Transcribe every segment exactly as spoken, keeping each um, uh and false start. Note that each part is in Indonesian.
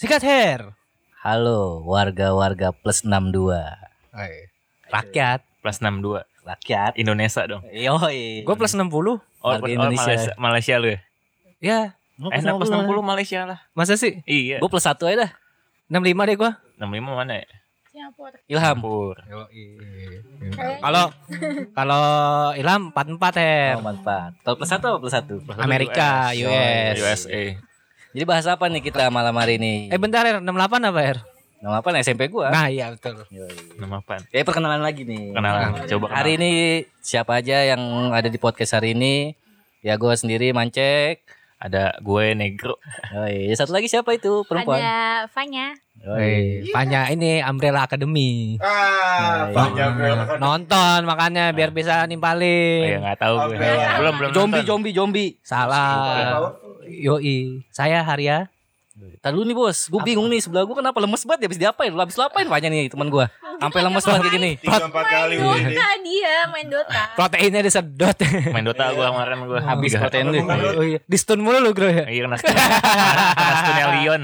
Sikat Her. Halo warga-warga plus enam puluh dua. Hai. Rakyat Plus enam puluh dua. Rakyat Indonesia dong. Yoi. Gue plus enam puluh. Oh, Warga plus- oh, Indonesia. Malaysia, Malaysia lu ya? Ya. Gua Eh, plus enam puluh Malaysia lah. Masa sih? Iya. Gue plus satu aja dah. enam puluh lima deh gue. enam puluh lima mana ya? Singapura. Ilham. Pur. Kalau kalau Ilham empat puluh empat Her. Oh, manfaat. Kalau plus satu apa plus satu? Amerika, U S. U S A. Jadi bahas apa nih kita malam hari ini? Eh bentar Her, enam puluh delapan apa Her? Nama apa S M P gua? Nah iya betul. Yoi. Nama apa? Kayak perkenalan lagi nih. Kenalan. Coba kenalan. Hari ini siapa aja yang ada di podcast hari ini? Ya gue sendiri Mancek. Ada gue Negro. Oh iya, satu lagi siapa itu perempuan? Ada Fanya. Woi, Fanya ini Umbrella Academy. Ah, Iya. banyak Nonton makanya biar bisa Oh, ya nimpalin. enggak tahu gue. Umbrella. Belum belum Zombie, nonton. zombie, zombie. Salah. Yoi, saya Harya. Tadi dulu nih bos, gue bingung nih sebelah gue kenapa lemes banget ya, habis diapain? Lu habis lu apain banyak nih teman gue? Sampai lemes banget kayak gini. tiga empat kali Main ini. Dota dia, main Dota. Proteinnya disedot. Main Dota gue kemarin gue. Habis Tiga. protein lu. Oh iya, di stun mulu lu bro ya. Iya kena stun. Kena stunnya Leon.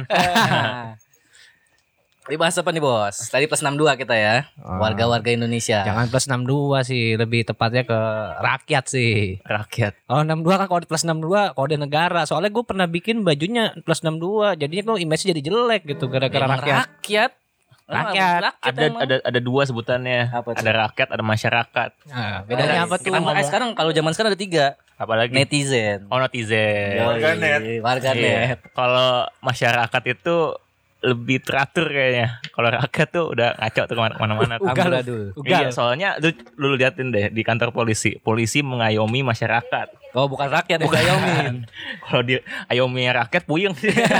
Ini bahas apa nih bos? Tadi plus enam puluh dua kita ya. Warga-warga Indonesia. Jangan plus enam puluh dua sih, lebih tepatnya ke rakyat sih. Rakyat. Oh enam puluh dua kan kode plus enam puluh dua kode negara. Soalnya gue pernah bikin bajunya plus enam puluh dua. Jadinya tuh image jadi jelek gitu gara-gara Emang rakyat. Rakyat. Rakyat. Ada emang. ada ada dua sebutannya. Apa tuh? Ada rakyat, ada masyarakat. Nah, bedanya apa tuh? Kita ngomong sekarang kalau zaman sekarang ada tiga. Apalagi Netizen. oh netizen. Yoi, Warganet. Warganet. Iya. Kalau masyarakat itu lebih teratur kayaknya. Kalau rakyat tuh udah ngaco tuh kemana-mana. Ugal. Amburadul. Ugal. Iya, soalnya lu, lu liatin deh di kantor polisi. Polisi mengayomi masyarakat. Oh bukan rakyat, bukan Yomin. Kalau dia ayomi rakyat puyeng.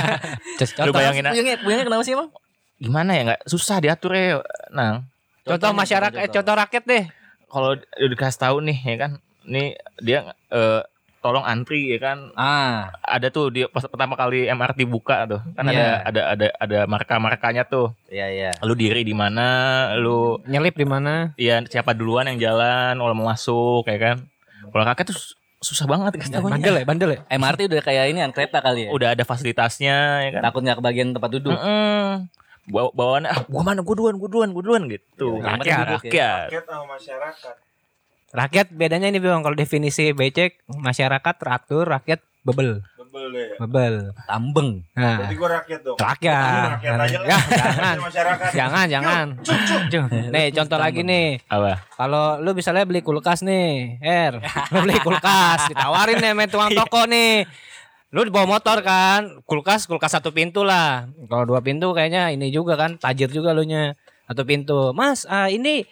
Just Lu contoh, bayangin ah, Puyengnya, puyengnya kenapa sih emang? gimana ya, nggak susah diatur ya, Nang. contoh masyarakat, eh, contoh rakyat deh. Kalau udah dikasih tahu nih ya kan, nih dia eh, tolong antri ya kan. Ah, Ada tuh dia pas pertama kali M R T buka tuh kan Iya. ada ada ada ada marka-markanya tuh. iya iya. Lu diri di mana, lu Nyelip di mana? ya siapa duluan yang jalan, kalau mau masuk ya kan. Kalau rakyat tuh sus- susah banget kasih tahunya. Bandel ya, bandel ya. M R T udah kayak ini kan kereta kali ya. Udah ada fasilitasnya ya kan. Takut nggak kebagian tempat duduk. Heeh. Bawa bawaannya ah, gua mana gua duluan, gua duluan, gua duluan gitu. Iya, yang Rakyat, penting duduk ya. rakyat. Rakyat sama masyarakat. Rakyat bedanya ini Bang, kalau definisi becek masyarakat teratur, rakyat bebel. Bebel deh. Bebel. Tambeng. Nah, Berarti gue rakyat dong. rakyat. Rakyat aja lah. Ya, jangan. Masyarakat. Jangan, jangan. Nih, contoh lagi nih. Apa? Kalau lu misalnya beli kulkas nih, Her, lu beli kulkas, ditawarin nih sama tukang toko nih. Lu bawa motor kan, kulkas kulkas satu pintu lah. Kalau dua pintu kayaknya ini juga kan, tajir juga lu nya. Satu pintu. Mas, ah, ini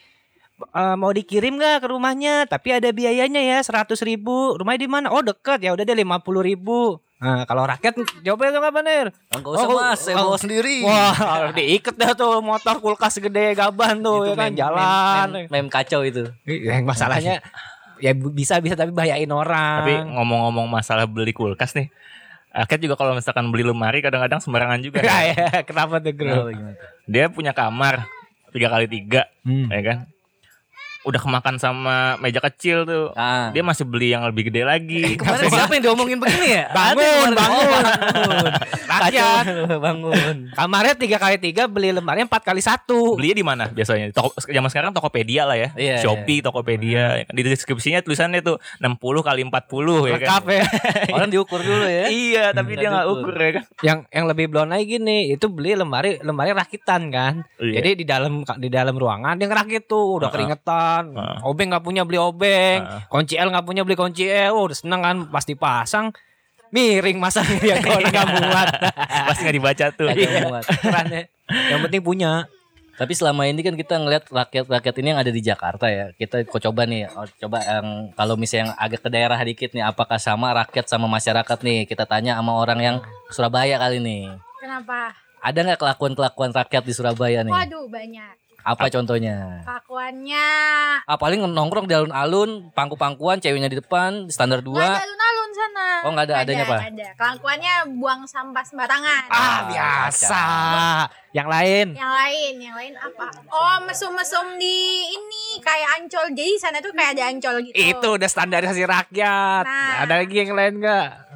ah, mau dikirim gak ke rumahnya? Tapi ada biayanya ya seratus ribu. Rumahnya di mana? Oh deket ya, udah deh lima puluh ribu. Nah, kalau rakyat jawabnya tuh apa nih? Enggak usah Oh, mas, saya oh. bawa sendiri. Wah, diikat dah tuh motor kulkas gede gaban tuh, ya Itu kan mem- jalan. mem, mem, mem kacau itu. Yang masalahnya ya bisa bisa tapi bahayain orang. Tapi ngomong-ngomong masalah beli kulkas nih. Rakyat juga kalau misalkan beli lemari kadang-kadang sembarangan juga. ya, ya. ya, kenapa tuh bro? Dia punya kamar tiga kali tiga, Hmm. ya kan? Udah kemakan sama meja kecil tuh. Ah. Dia masih beli yang lebih gede lagi. Kemarin siapa yang diomongin begini ya? Bangun, Ada kemarin. bangun. Oh, bangun. Rakyat. Kacau, bangun. Kamarnya tiga kali tiga, beli lemarinya empat kali satu. Belinya di mana biasanya? Toko zaman sekarang Tokopedia lah ya. Iya, Shopee, Tokopedia. Di deskripsinya tulisannya tuh enam puluh kali empat puluh ya kan. Lengkap ya. Orang diukur dulu ya. Iya, tapi Hmm, dia nggak ukur. ukur ya kan. yang yang lebih blown lagi gini, itu beli lemari lemari rakitan kan. Iya. Jadi di dalam di dalam ruangan dia ngerakit tuh, udah Uh-uh. keringetan. Uh-uh. Obeng nggak punya beli obeng, Uh-uh. kunci L nggak punya beli kunci L. Oh, udah seneng kan pasti pasang. Miring masanya dia kalau nggak muat. Pasti nggak dibaca tuh. Kagak muat. Keren ya. Yang penting punya. Tapi selama ini kan kita ngeliat rakyat-rakyat ini yang ada di Jakarta ya. Kita kok coba nih, oh, coba yang kalau misalnya yang agak ke daerah dikit nih, apakah sama rakyat sama masyarakat nih? Kita tanya sama orang yang Surabaya kali nih. Kenapa? Ada nggak kelakuan-kelakuan rakyat di Surabaya nih? Waduh, banyak. Apa contohnya? Kelakuannya Ah, paling nongkrong di alun-alun, pangku-pangkuan, ceweknya di depan, standar nggak dua. ada alun-alun sana. Oh, nggak ada, adanya apa? nggak ada. Kelakuannya buang sampah sembarangan. Ah, biasa. Yang lain. Yang lain, yang lain apa? Oh, mesum-mesum di ini kayak Ancol. Jadi sana tuh kayak ada Ancol gitu. Itu udah standarisasi rakyat. Nah. Ada lagi yang lain enggak?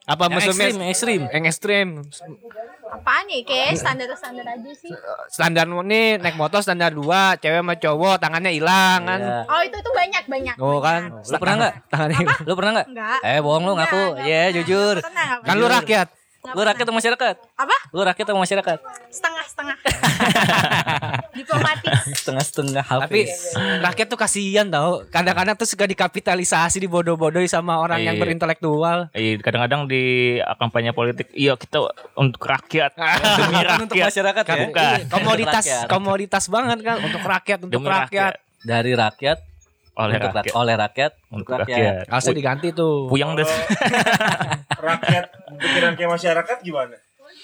Apa Yang mesumnya? ekstrim, yang ekstrim. Yang ekstrim. Apaan nih? Kayak standar-standar aja sih. Standar nih naik motor standar dua, cewek sama cowok tangannya hilang kan. Iya. Oh itu tuh banyak banyak. Oh banyak. kan. Lu pernah enggak? Tangannya hilang. Lu pernah enggak? Enggak. Eh, bohong lu ngaku. Enggak, Iya, enggak jujur. pernah, enggak Kan lu pernah. rakyat. Enggak Lu rakyat atau pernah. masyarakat? Apa? Lu rakyat atau masyarakat? Setengah-setengah. Diplomatis. Setengah-setengah Tapi habis. rakyat tuh kasihan tau. Kadang-kadang tuh suka dikapitalisasi, dibodoh-bodohi sama orang yang Iya. berintelektual. Iya, kadang-kadang di kampanye politik, iya kita untuk rakyat, demi rakyat. Untuk masyarakat ya. Bukan. Iya, komoditas Rakyat. komoditas banget kan untuk rakyat untuk Demi rakyat. Dari rakyat Oleh untuk rakyat. rak- oleh rakyat untuk Untuk rakyat. rakyat. Harusnya diganti tuh. Puyeng deh. Rakyat pikiran kayak masyarakat gimana?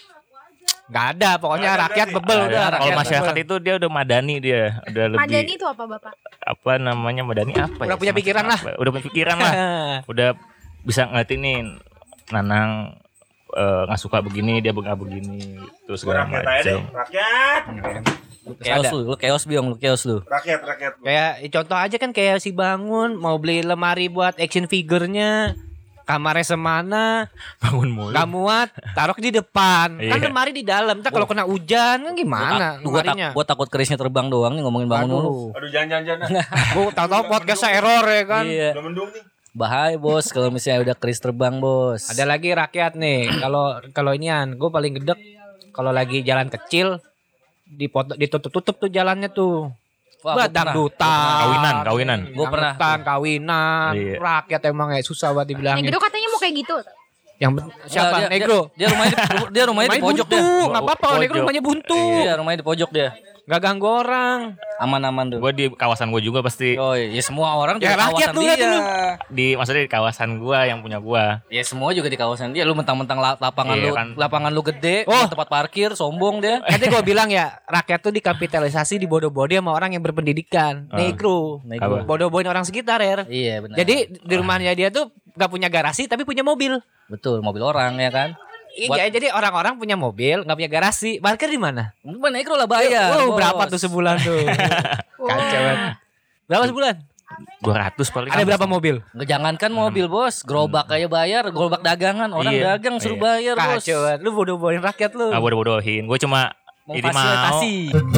Gak ada, pokoknya Nggak ada rakyat berarti. bebel Nah, udah. kalau rakyat masyarakat bebel. itu dia udah madani dia, udah lebih Madani itu apa Bapak? apa namanya madani apa Udah ya? punya pikiran lah. Apa? Udah punya pikiran lah. Udah bisa ngeliatin nih Nanang eh, nggak suka begini, dia nggak begini, itu segala Rakyat aja deh. macam. Rakyat. Chaos lu, lu chaos biong, lu chaos lu. Rakyat, rakyat. Kayak eh, contoh aja kan kayak si Bangun mau beli lemari buat action figure-nya. Kamarnya semana, Bangun mulu. gak muat, taruh di depan. Kan Iya. lemari di dalam. Ntar kalau kena hujan kan gimana Gua, tak, lemarinya? gua takut kerisnya terbang doang nih ngomongin bangun mulu. Aduh. Aduh, jangan, jangan, jangan. Gua tahu-tahu podcastnya error ya kan. Iya. Udah mendung nih. Bahaya bos kalau misalnya udah keris terbang bos. Ada lagi rakyat nih. Kalau kalau inian, gue paling gedek kalau lagi jalan kecil dipotong ditutup-tutup tuh jalannya tuh. Wah, Bah, gua pernah. dangdutan. Kawinan, kawinan. Gua pernah. Dangdutan, kawinan. Iya. Rakyat emang ya susah banget dibilangin. Negro katanya mau kayak gitu. Yang ben- siapa? Nggak, dia, Negro. Dia, dia rumahnya di, dia rumahnya di Rumahnya pojok buntu. dia. Nggak apa-apa, Pojok. Negro rumahnya buntu. Iya, rumahnya di pojok dia. Gak ganggu orang. Aman-aman tuh. Gue di kawasan gue juga pasti Oh iya, semua orang Ya, juga rakyat kawasan lu lihat dia. lu. di maksudnya di kawasan gue yang punya gue. Ya semua juga di kawasan dia. Lu mentang-mentang la- lapangan Iya, lu kan. lapangan lu gede, Oh. tempat parkir, sombong dia. Nanti gue bilang ya, rakyat tuh dikapitalisasi dibodoh-bodoh sama orang yang berpendidikan. Ah. Negro. Negro. Bodoh-bodohin orang sekitar ya. Iya benar. Jadi di rumahnya dia tuh gak punya garasi tapi punya mobil. betul mobil orang ya kan. Iya, jadi orang-orang punya mobil, nggak punya garasi. Parkir di mana? Mana Negro lah bayar. Oh, bos. berapa tuh sebulan tuh? Kacau banget. Berapa sebulan? dua ratus paling. Ada berapa mobil? Nggak, jangankan mobil bos, gerobak aja bayar, gerobak dagangan, orang Iya, dagang suruh iya. bayar bos. Kacau banget. Lu bodoh-bodohin rakyat lu. Nggak bodoh-bodohin. Gue cuma Mau ini mau. fasilitasi.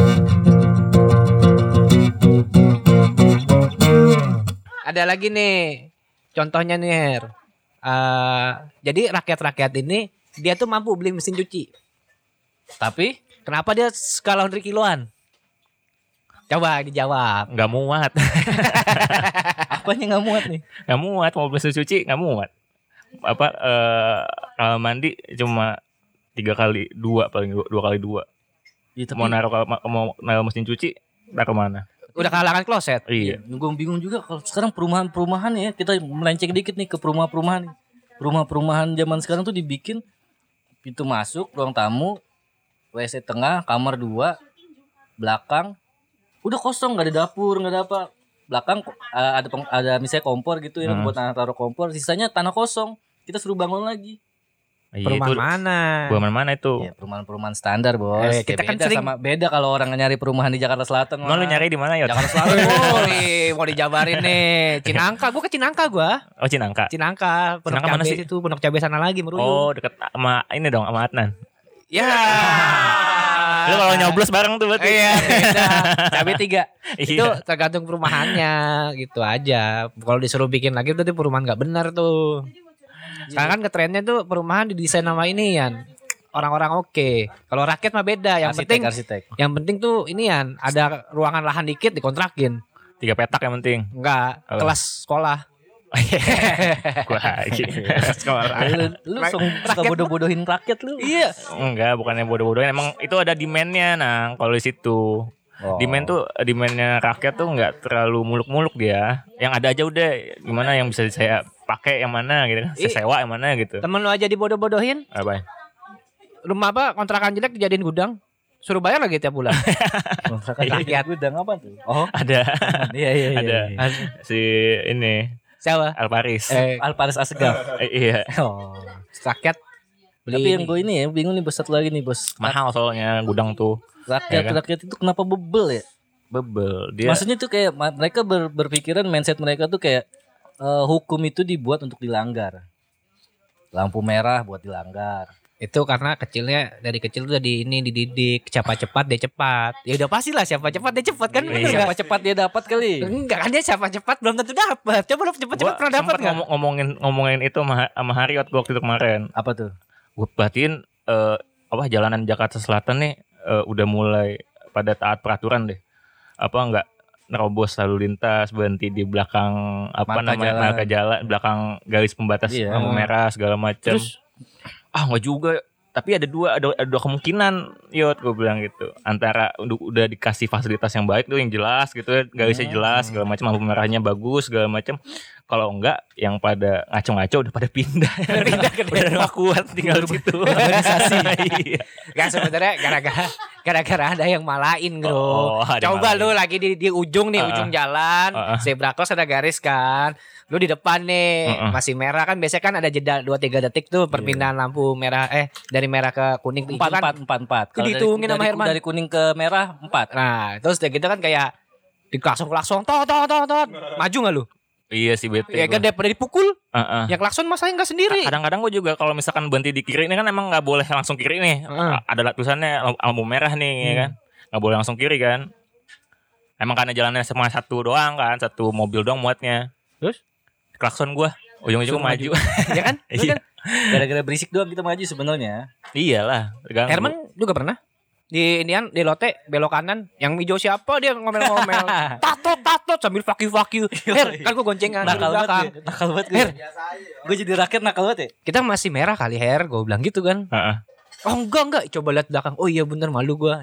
Ada lagi nih. Contohnya nih, Her. Eh, jadi rakyat-rakyat ini dia tuh mampu beli mesin cuci. Tapi Kenapa dia suka laundry kiloan? Coba dijawab. Nggak muat. apanya nggak muat nih? Nggak muat. Mau mesin cuci nggak muat. Apa eh kalau mandi cuma tiga kali dua paling dua, dua kali dua. Ya, tapi Mau naruh ke- mau naruh mesin cuci naruh kemana? Udah kehalangan kloset. Iya. gue bingung juga kalau sekarang perumahan-perumahan ya, kita melenceng dikit nih ke perumahan-perumahan. nih. Perumahan-perumahan zaman sekarang tuh dibikin pintu masuk, ruang tamu, W C tengah, kamar dua, belakang udah kosong, nggak ada dapur, nggak ada apa. Belakang uh, ada peng- ada misalnya kompor gitu ya, Hmm. buat taruh kompor, sisanya tanah kosong. Kita suruh bangun lagi. Iya, Perumahan itu mana? perumahan mana itu? Ya, perumahan-perumahan standar, Bos. Eh, kita Kayak kan beda sering- sama beda kalau orang nyari perumahan di Jakarta Selatan. Emang mah. lu nyari di mana ya? Jakarta Selatan. Oh, nih, mau dijabarin nih. Cinangka, gua ke Cinangka gua. Oh, Cinangka. Cinangka, Pondok Cinangka mana Cabe sih? itu, Pondok Cabe sana lagi meruyung. Oh, deket sama ini dong sama Adnan. Ya. Lu kalau nyoblos bareng tuh berarti. Iya, beda. Cabe tiga. Iya. Itu tergantung perumahannya gitu aja. Kalau disuruh bikin lagi berarti perumahan nggak benar tuh. Sekarang kan ngetrennya tuh perumahan didesain nama ini Yan. Orang-orang oke. Kalau rakyat mah beda. Yang Arsitek, penting arsitek. yang penting tuh ini Yan, ada ruangan lahan dikit dikontrakin. Tiga petak yang penting. Enggak, Apa? kelas sekolah. Gua lagi. Sekolah. Lu, lu song- suka bodoh-bodohin rakyat lu. Iya. Enggak, bukannya bodoh-bodohin. Emang itu ada demand-nya, Nang. Kalau di situ. Oh. Demand tuh demand-nya rakyat tuh enggak terlalu muluk-muluk dia. Yang ada aja udah gimana yang bisa saya pakai yang mana gitu kan. Saya Ih. sewa yang mana gitu. Temen lu aja dibodoh-bodohin. Apa? Rumah apa kontrakan jelek dijadiin gudang. Suruh bayar lagi tiap bulan. Kontrakan Rakyat. gudang apa tuh? Oh, Ada. iya iya iya. Ada. iya. Si ini Siapa? Alparis. Eh, Alparis Asegaf. Eh, iya. Oh. rakyat beli Tapi yang ini. gue ini ya bingung nih bos, satu lagi nih bos. Mahal soalnya gudang tuh. Rakyat Ya kan? rakyat itu kenapa bebel ya? Bebel. Dia Maksudnya tuh kayak ma- mereka ber- berpikiran mindset mereka tuh kayak eh, hukum itu dibuat untuk dilanggar. lampu merah buat dilanggar. Itu karena kecilnya dari kecil tuh udah di ini dididik siapa cepat dia cepat. Ya udah pastilah siapa cepat dia cepat kan. Bener Siapa nggak? cepat dia dapat kali. Enggak kan dia siapa cepat belum tentu dapat. Coba lu cepat-cepat Gua pernah dapat sempet enggak? ngomong, ngomongin ngomongin itu sama, sama Hariot waktu itu kemarin. Apa tuh? Gue perhatiin eh, apa jalanan Jakarta Selatan nih eh, udah mulai pada taat peraturan deh. Apa enggak nerobos lalu lintas, berhenti di belakang apa Marka namanya jalan. marka jalan, belakang garis pembatas Iya. lampu merah segala macam. Terus Ah nggak juga, tapi ada dua ada, ada dua kemungkinan, Yot, gue bilang gitu. Antara udah, udah dikasih fasilitas yang baik tuh yang jelas gitu ya, garisnya jelas segala macam, lampu merahnya bagus segala macam. Kalau enggak yang pada ngaco-ngaco udah pada pindah. pindah ke udah nggak kuat tinggal di situ. Organisasi. Iya. Gak sebenarnya gara-gara gara-gara ada yang malain, Bro. Oh, ada yang Coba malain. lu lagi di, di ujung nih, Uh-uh. ujung jalan, Uh-uh. zebra cross ada garis kan. Lu di depan nih, Uh-uh. masih merah kan biasanya kan ada jeda dua tiga detik tuh perpindahan lampu merah eh dari merah ke kuning Empat, empat kan. empat, empat, empat. Itu dihitungin sama dari, Herman. dari kuning ke merah empat. Nah, terus udah gitu kan kayak di klakson-klakson tot tot tot tot. Maju enggak lu? Iya sih bete. Ya kan daripada dipukul, Heeh. yang klakson masanya enggak sendiri. Kadang-kadang gue juga kalau misalkan berhenti di kiri ini kan emang nggak boleh langsung kiri nih. Heeh. Ada tulisannya lampu- lampu merah nih ya kan. Nggak boleh langsung kiri kan. Emang karena jalannya cuma satu doang kan, satu mobil doang muatnya. Terus? Klakson gue ujung-ujung Suruh maju. Ya kan? Lu Iya. kan? Gara-gara berisik doang kita maju sebenarnya. Iyalah. terganggu. Herman juga pernah di inian di lote belok kanan yang hijau siapa dia ngomel-ngomel tatot tatot sambil fuck you fuck you Her kan gue goncengan di Nakal banget belakang ya. Nakal banget gue. Gue jadi rakyat nakal banget ya. kita masih merah kali Her gue bilang gitu kan Heeh. oh enggak enggak coba lihat belakang oh iya bener malu gue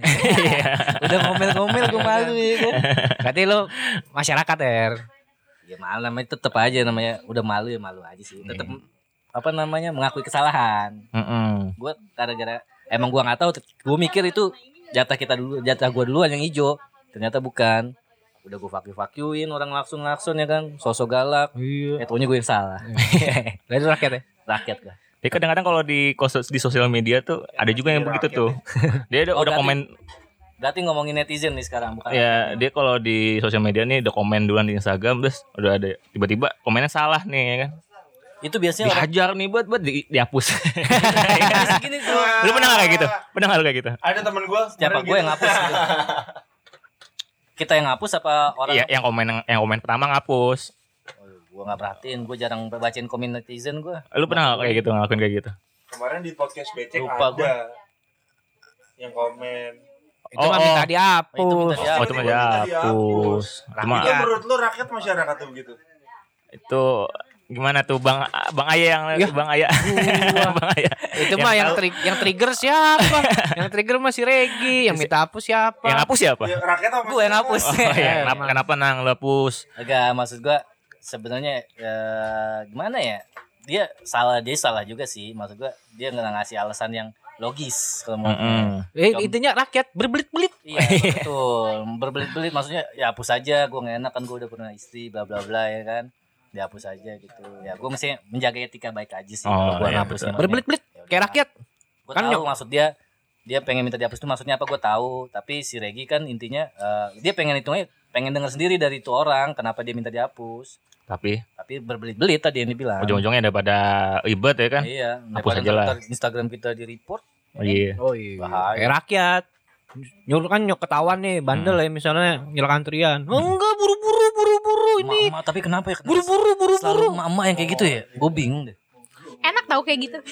Udah ngomel-ngomel gue malu ya kan. berarti lo masyarakat Her Ya malu namanya tetep aja namanya udah malu ya malu aja sih. Tetep apa namanya mengakui kesalahan. Heeh. Gue gara-gara emang gue nggak tahu. Gue mikir itu jatah kita dulu, jatah gue duluan yang hijau. Ternyata bukan. Udah gue fuck you fuck you-in orang langsung-langsung ya kan. Sosok galak. iya Eh taunya gue yang salah. itu rakyat ya Rakyat gue. Jadi kadang-kadang kalau di kos- di sosial media tuh ada juga yang begitu tuh. Dia udah, Oh, udah berarti- komen. Berarti ngomongin netizen nih sekarang bukan? Ya dia kalau di sosial media nih udah komen duluan di Instagram, terus udah ada tiba-tiba komennya salah nih ya kan. Itu biasanya orang Dihajar nih buat buat di, dihapus. gini tuh. Lu pernah nggak kayak gitu? Pernah nggak lu kayak gitu? Ada temen gue. Siapa gue yang ngapus gitu. Kita yang ngapus apa orang? Iya, yang komen yang komen pertama ngapus. Oh, gue nggak perhatiin, gue jarang bacain komen netizen gue. Lu pernah nggak kayak gitu ngelakuin kayak gitu? Kemarin di podcast becek Lupa ada yang komen. itu Oh, mah oh. minta dihapus Itu minta dihapus. Oh, itu mah dihapus. Cuma Itu menurut lu rakyat masyarakat tuh begitu? itu gimana tuh Bang Bang Ayah yang Ya. Bang Ayah. Bang Ayah. itu mah yang tri- yang trigger siapa yang trigger masih Regi yang minta hapus siapa Yang hapus siapa? Ya, rakyat apa? Gue yang hapus. Oh, iya. Eh, Kenapa emang. kenapa nang lu hapus? Agak maksud gue sebenarnya ya, gimana ya? Dia salah, dia salah juga sih. Maksud gue dia nggak ngasih alasan yang logis kalau mau. Mm-mm. eh, intinya rakyat berbelit-belit Iya betul. Berbelit-belit maksudnya ya hapus aja. Gue nggak enak kan gue udah punya istri bla bla bla ya kan. Dihapus aja gitu. Ya gue mesti menjaga etika baik aja sih. Oh, kalau gue iya, ngapusnya. berbelit-belit kayak rakyat Gue Kan tahu nyok- maksud dia. Dia pengen minta dihapus itu maksudnya apa gue tahu. Tapi si Regi kan intinya eh, dia pengen hitungnya pengen dengar sendiri dari itu orang kenapa dia minta dihapus. Tapi Tapi berbelit-belit tadi yang dibilang. ujung-ujungnya daripada ribet ya kan? Iya, Hapus daripada aja lah. ntar Instagram kita di report. Oh, iya. oh iya Bahaya. kayak rakyat nyuruh kan nyok ketahuan nih bandel ya misalnya nyelak antrian oh, enggak buru-buru buru-buru ini Emak-emak, tapi kenapa ya? buru-buru Selalu buru-buru emak-emak yang kayak gitu ya? Gue bingung deh. Enak tau kayak gitu.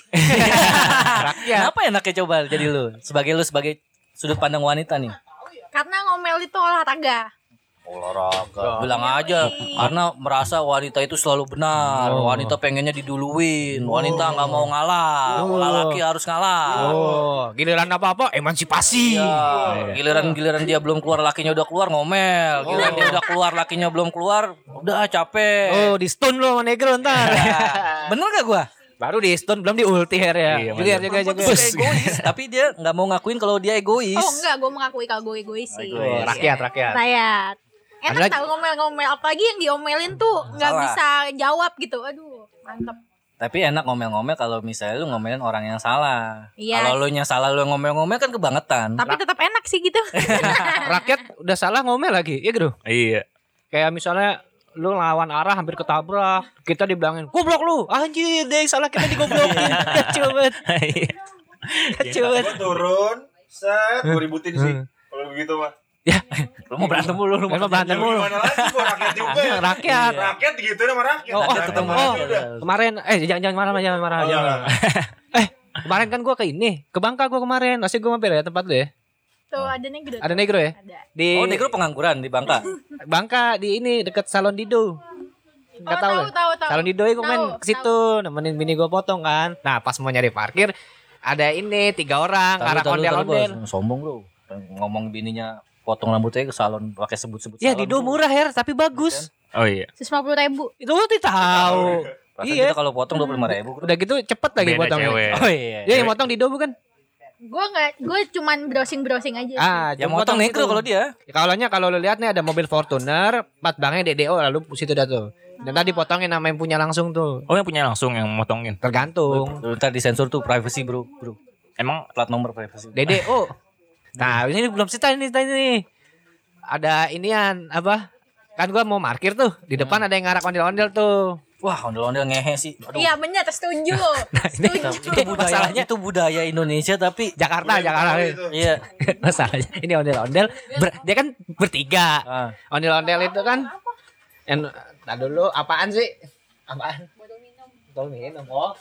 rakyat Kenapa enaknya coba jadi lu? Sebagai lu sebagai sudut pandang wanita nih. Karena ngomel itu olahraga. Olahraga. Bilang aja karena merasa wanita itu selalu benar. Oh. Wanita pengennya diduluin. Wanita nggak mau ngalah. Oh. Laki harus ngalah. oh giliran apa-apa emansipasi Iya. Giliran-giliran dia belum keluar lakinya udah keluar ngomel. Giliran dia udah keluar lakinya belum keluar udah capek. oh di stun lo sama negro ntar Bener gak gua? baru di stun belum di ulti Her ya Iya, juga bener. juga juga Perempuan tuh suka egois, tapi dia nggak mau ngakuin kalau dia egois. Oh enggak, gue mengakui kalau gue egois sih. Oh, rakyat rakyat Rakyat. Ada Enak lagi? tau ngomel-ngomel, apalagi yang diomelin tuh nggak Salah. bisa jawab gitu. Aduh, mantep. Tapi enak ngomel-ngomel kalau misalnya lu ngomelin orang yang salah. Iya. Kalau lu yang salah lu yang ngomel-ngomel kan kebangetan. Tapi tetap enak sih gitu. rakyat udah salah ngomel lagi ya gitu Iya. kayak misalnya lu lawan arah hampir ketabrak. Kita dibilangin, "Goblok lu." Anjir, deh salah kita digoblokin. Kacau banget. Kacau banget. Gua turun, set, gua ributin sih. Kalau begitu mah. Ya, Lu mau berantem mulu, lu mau berantem Ya, mulu. gimana lagi gua rakyat juga. ya. Rakyat. Rakyat gitu sama rakyat. Oh, oh, Rakyat ketemu sama oh, rakyat udah. Kemarin eh jangan jangan marah jangan marah Oh, jangan enggak, marah. Eh, kemarin kan gua ke ini, ke Bangka gua kemarin. Masih gua mampir ya tempat lu ya. Tuh ada negro. Ada negro ya? Ada. Di Oh, negro pengangguran di Bangka. Bangka di ini deket Salon Dido. Enggak Oh, tahu tahu, lah. tahu, tahu. Salon Dido gua main Tahu, ke situ, nemenin bini gua potong kan. Nah, pas mau nyari parkir ada ini tiga orang arah Tahu, tahu, tahu, ondel-ondel. Bos. Sombong lu. Ngomong bininya potong rambutnya ke salon pakai sebut-sebut Ya salon, Dido bro. murah Her, tapi bagus. Oh iya. seratus lima puluh ribu. Itu lu tidak tahu. Perasaan Iya. kita kalau potong dua puluh lima ribu. Udah gitu cepet lagi Beda potongnya. cewek. Oh iya. Ya yang motong Dido bukan? Gue nggak, gue cuman browsing browsing aja. sih. Ah, Yang cuma motong potong negro situ. kalau dia. Kalaunya kalau lu lihat nih ada mobil Fortuner, plat banknya D D O lalu situ dah tuh. Dan tadi potongin nama yang punya langsung tuh. Oh yang punya langsung yang motongin. Tergantung. Lu ntar disensor tuh privacy, Bro. Bro. Emang Plat nomor privacy. D D O. Nah, ini belum cerita ini cerita ini. Ada inian apa? Kan gua mau parkir tuh. Di depan ada yang ngarak ondel-ondel tuh. Wah, ondel-ondel ngehe sih. Aduh. Iya benar, setuju. ini- Setuju. Itu budaya Masalahnya- itu budaya Indonesia tapi Jakarta, Jakarta. Itu. iya. Masalahnya ini ondel-ondel ber- dia kan bertiga. Ah. Ondel-ondel itu kan yang nah dulu apaan sih? Apaan? Botol minum. Botol minum. Oh.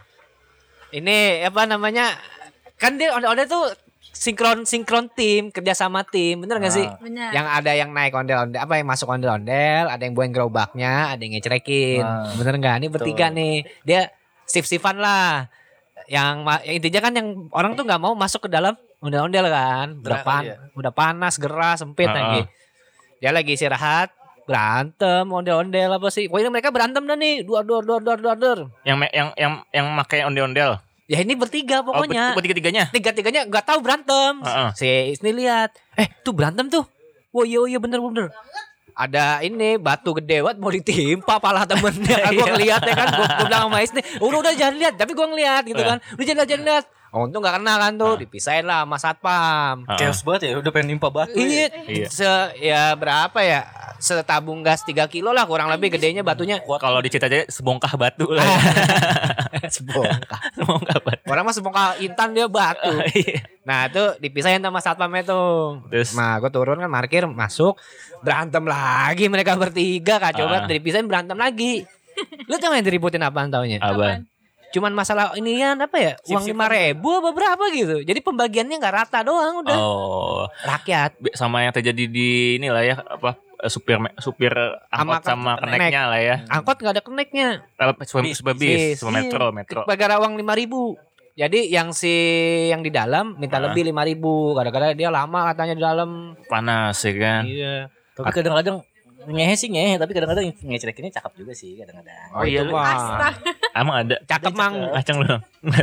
Ini apa namanya? Kan dia ondel-ondel tuh sinkron sinkron tim, kerja sama tim, bener gak sih? Ah. Benar. Yang ada yang naik ondel-ondel, apa yang masuk ondel-ondel, ada yang buang gerobaknya, ada yang ngecerekin. Ah. Bener nggak? Ini bertiga nih. Dia sif-sifan lah. Yang, ma- yang intinya kan yang orang tuh nggak mau masuk ke dalam ondel-ondel kan. Udah, Gerah pan, kali ya? udah panas, gerah, sempit Ah, lagi. Dia lagi istirahat, berantem ondel-ondel apa sih? Pokoknya mereka berantem dah nih, dua dua dua dua dua dua. yang me- yang yang yang pakai ondel-ondel. Ya ini bertiga pokoknya. Oh, tiga-tiganya. Tiga-tiganya nggak tahu berantem. Heeh. Si Isni lihat, eh tuh berantem tuh. Wah iya iya bener bener. Ada ini batu gede banget mau ditimpa pala temennya. Gue ngeliatnya kan, gue bilang sama Isni, udah udah jangan lihat. Tapi gue ngeliat gitu kan, udah jangan lihat jangan lihat. Oh untung gak kena kan tuh, dipisahin lah sama satpam. Heeh. Chaos banget ya, udah pengen nimpa batu. Iya, Iya. se ya berapa ya? Setabung gas tiga kilo lah kurang lebih gedenya batunya. Kalau dicita aja sebongkah batu lah. Sebongkah. Sebongkah batu. Orang mah sebongkah intan dia batu. Iya. Nah itu dipisahin sama satpamnya tuh. Terus? Nah gue turun kan parkir masuk berantem lagi mereka bertiga kacau Ah. banget dipisahin berantem lagi. Lu tau gak yang diributin apaan taunya? Abang. Cuman masalah inian apa ya uang lima ribu apa berapa gitu. Jadi pembagiannya nggak rata doang udah Oh, rakyat. Be- sama yang terjadi di inilah ya apa eh, supir me- supir angkot Sama sama, kenek. keneknya lah ya. Angkot nggak ada keneknya. Apa super, super bis, super metro, Iya. metro. Gara-gara uang lima ribu. Jadi yang si yang di dalam minta Ah. lebih lima ribu. Gara-gara dia lama katanya di dalam. Panas ya kan. Iya. Tapi kadang-kadang ngehe sih ngehe, tapi kadang-kadang ngecerekinnya cakep juga sih kadang-kadang. Oh iya lu- mah. Astaga. Emang ada. Cakep mang. Acang lu.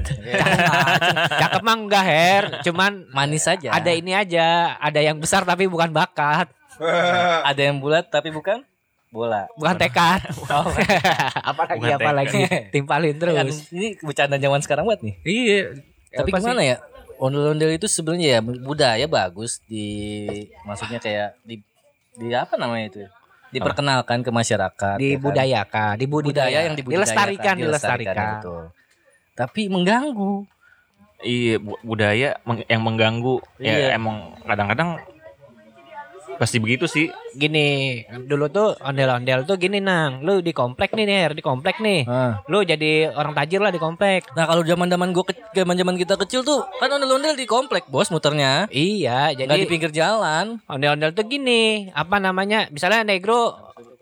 Cakep mang enggak Her. Cuman Manis saja. ada ini aja, ada yang besar tapi bukan bakat, Ada yang bulat tapi bukan bola. bukan tekad. Oh, apalagi Bukan apalagi timpalin kan, terus. ini bercanda zaman sekarang banget nih. Iya. Tapi Apa sih? gimana ya? Ondel-ondel itu sebenarnya ya budaya bagus di maksudnya kayak di di apa namanya itu? Diperkenalkan ke masyarakat. ya kan? Dibudayakan, dibudidaya, Budaya yang dibudidayakan, dilestarikan, dilestarikan. betul. Tapi mengganggu. Iya, bu- budaya meng- yang mengganggu. Iya. Ya emang kadang-kadang pasti begitu sih. Gini, dulu tuh ondel-ondel tuh gini nang, lu di komplek nih Her, di komplek nih, Ah. lu jadi orang tajir lah di komplek. Nah kalau zaman-zaman gua ke- zaman-zaman kita kecil tuh kan ondel-ondel di komplek bos muternya. Iya, Nggak jadi di pinggir jalan. ondel-ondel tuh gini, apa namanya? Misalnya negro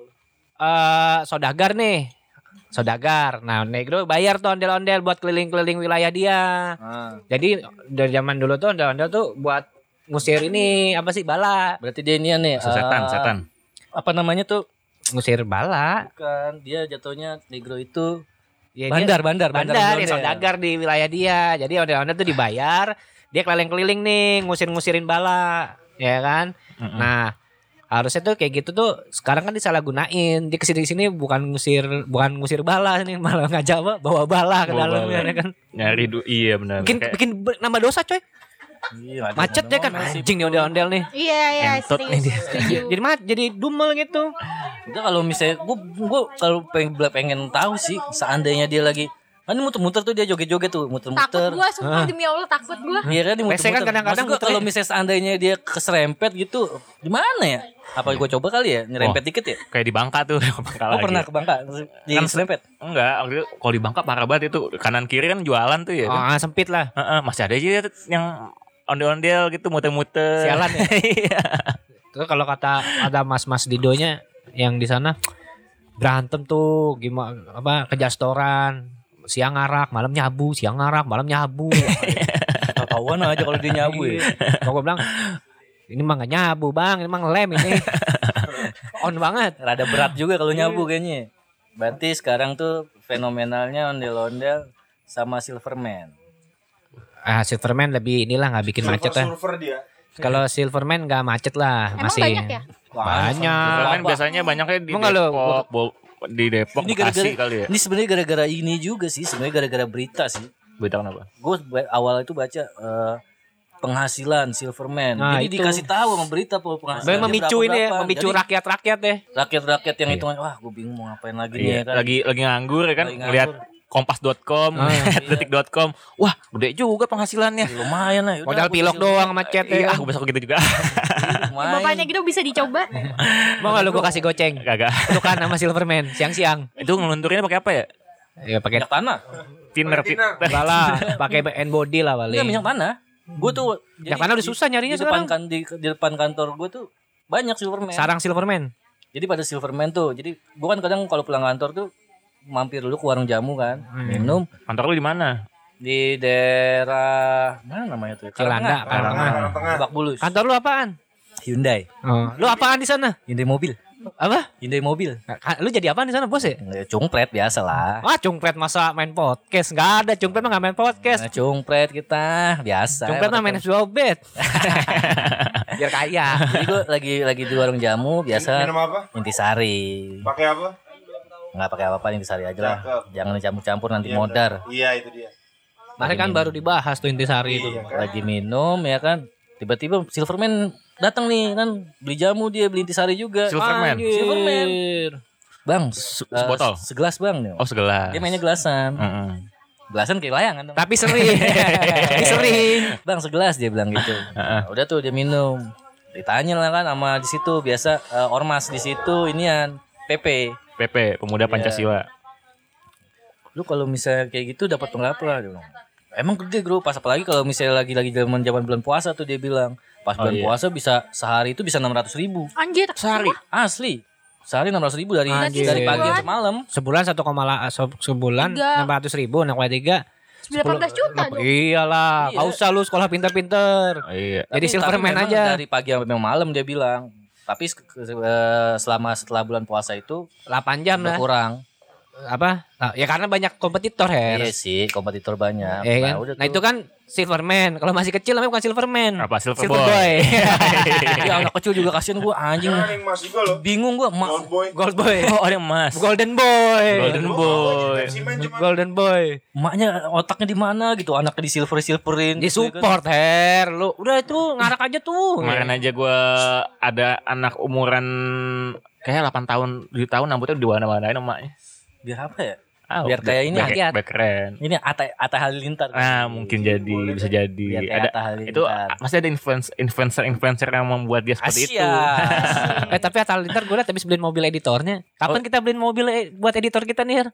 eh sodagar nih. Sodagar. Nah, negro bayar tuh ondel-ondel buat keliling-keliling wilayah dia. Jadi dari zaman dulu tuh ondel-ondel tuh buat ngusir ini apa sih bala. Berarti dia ini nih. Setan, eh, setan. Apa namanya tuh? Ngusir bala. Bukan, dia jatuhnya negro itu Ya, bandar, dia- bandar, bandar, ya, ondel-ondel. sodagar di wilayah dia. Jadi ondel-ondel tuh dibayar, dia keliling-keliling nih ngusir-ngusirin bala, ya kan? Mm-mm. Nah, harusnya tuh kayak gitu tuh sekarang kan disalahgunain. Dia kesini sini bukan ngusir bukan ngusir bala nih, malah ngajak apa? Bawa bala ke Bawa dalam bala. ya kan. Nyari du iya benar. Bikin Kayak- bikin be- nambah dosa coy. Iya, ada Macet ya kan momen sih. anjing nih ondel-ondel nih. Iya iya Entot nih serius. dia. Setuju. Jadi mat jadi dumel gitu. Udah kalau misalnya gue gue kalau pengen pengen tahu sih seandainya dia lagi kan dia muter-muter tuh dia joget-joget tuh Takut muter-muter. gue sumpah demi Allah takut gue. Iya kan dia P C kan muter-muter. kadang-kadang Maksud gua kalau muternya. misalnya seandainya dia keserempet gitu gimana ya? Apa gue coba kali ya nyerempet Wah. dikit ya? Kayak di Bangka tuh. Bangka Oh lagi. pernah ke Bangka di Kan serempet. Enggak, waktu itu kalau di Bangka parah banget itu. Kanan kiri kan jualan tuh ya. Oh, Kan? ah, sempit lah. Heeh, masih ada aja yang ondel-ondel gitu muter-muter. Sialan ya. Iya. Terus kalau kata ada mas-mas Didonya yang di sana berantem tuh gimana apa ke restoran siang ngarak malam nyabu siang ngarak malam nyabu. Tahuan aja kalau dia nyabu ya. Kalau gue bilang ini mah gak nyabu bang ini mah ngelem ini. On banget. Rada berat juga kalau nyabu kayaknya. Berarti sekarang tuh fenomenalnya ondel-ondel sama Silverman. Ah Silverman lebih inilah nggak bikin macet lah. Surfer dia. Kalau Silverman nggak macet lah Emang masih. banyak ya? Banyak. Kan biasanya banyaknya di Emang nggak lo- Depok, Bo- di Depok, Ini Bekasi gara-gara kali ya. ini sebenarnya gara-gara ini juga sih, sebenarnya gara-gara berita sih. Berita kenapa? Gue awal itu baca eh, penghasilan Silverman. Nah, Jadi itu. dikasih tahu sama berita po, penghasilan. Memang memicu ini ya, memicu rakyat-rakyat deh. rakyat-rakyat yang hitungan wah gue bingung mau ngapain lagi nih Iya, ya kan. lagi lagi nganggur ya kan, Lagi ngeliat nganggur. kompas dot com, Ah, ngeliat detik dot com. Wah, gede juga penghasilannya. Ya, lumayan lah. yaudah, Modal gua pilok isi- doang sama chat Iya, ya. aku besok gitu juga. lumayan. Bapaknya gitu bisa dicoba. Mau nggak lu gue kasih goceng? Kagak. Tukan sama Silverman siang-siang. Itu ngelunturinnya pakai apa ya? Ya pakai Minyak tanah. Thinner, Thinner. enggak lah, pakai hand body lah Enggak paling. minyak tanah. Gue tuh Minyak tanah udah susah nyarinya di depan sekarang. kan di, di depan kantor gue tuh banyak Silverman. Sarang Silverman. Jadi pada Silverman tuh. Jadi gue kan kadang kalau pulang kantor tuh mampir dulu ke warung jamu kan, Hmm. minum Kantor lu di mana? di daerah mana namanya tuh? Cilanda, Karangtengah. Karangtengah. Tengah. Lebak Bulus. Kantor lu apaan? Hyundai. Oh. Lu apaan di sana? Hyundai mobil. Apa? Hyundai mobil. Lu jadi apaan di sana, Bos ya? Ya, cungpret biasa lah. Ah, cungpret masa main podcast? Enggak ada, cungpret mah enggak main podcast. Nah, cungpret kita biasa. Cungpret mah main F dua bet. Biar kaya. Jadi gue lagi lagi di warung jamu biasa Minum apa? intisari. Pakai apa? Nggak pakai apa-apa intisari aja lah. Cakep. Jangan campur-campur nanti Iya, modar. Iya itu dia. Mari kan baru dibahas tuh intisari itu. Iya. Lagi minum ya kan. Tiba-tiba Silverman datang nih kan beli jamu dia beli intisari juga. Silverman. Anjir. Silverman. Bang, Se- eh, sebotol? segelas bang nih. Oh, segelas. Dia mainnya gelasan. Heeh. Gelasan kayak layangan. dong. Tapi sering. Tapi sering. Bang segelas dia bilang gitu. Nah, udah tuh dia minum. Ditanya lah kan sama di situ biasa eh, ormas di situ inian P P. P P, Pemuda Pancasila. Lu kalau misalnya kayak gitu dapat berapa lah dia bilang. Emang gede bro, pas apalagi kalau misalnya lagi-lagi zaman zaman bulan puasa tuh dia bilang. Pas Oh, bulan iya. puasa bisa sehari itu bisa enam ratus ribu. Anjir. Sehari. Asli. Sehari enam ratus ribu dari Anjir. dari pagi sampai malam. Sebulan satu koma sebulan Tiga. enam ratus ribu, enam kali tiga. delapan belas juta dong. Iyalah, Iya. nggak usah lu sekolah pinter-pinter. Oh, iya. Jadi Tapi- Silverman tapi memang aja. Dari pagi sampai malam dia bilang. Tapi se- eh, selama setelah bulan puasa itu delapan jam lah. berkurang. Apa? Nah, ya karena banyak kompetitor, Iya Her. sih, kompetitor banyak. Ya kan? udah Nah tuh. itu kan Silverman. Kalau masih kecil namanya bukan Silverman. Apa? Silver Silver Boy. Boy. Ya anak kecil juga kasihan gue anjing. Nah, yang mas juga loh. Bingung gue mak. Gold boy. Gold Boy. Oh, ada emas. Golden Boy. Golden Boy. Pepsi Man cuma. Golden Boy. Maknya otaknya di mana gitu, anaknya di silver silverin. Di support, Her. Lu udah itu ngarak aja tuh. Kemarin aja gue ada anak umuran kayak delapan tahun, tujuh tahun rambutnya diwarna-warnain emaknya. Biar apa ya? Ah, Biar kayak ini, biar, hati-hati. biar keren. Ini Atta Atta Halilintar. Ah, mungkin jadi bisa jadi Biar kayak ada Atta Halilintar. itu masih ada influencer influencer influencer yang membuat dia seperti itu. Eh tapi Atal Lintar gue liat habis beliin mobil editornya. Kapan kita beliin mobil e- buat editor kita nih, Her?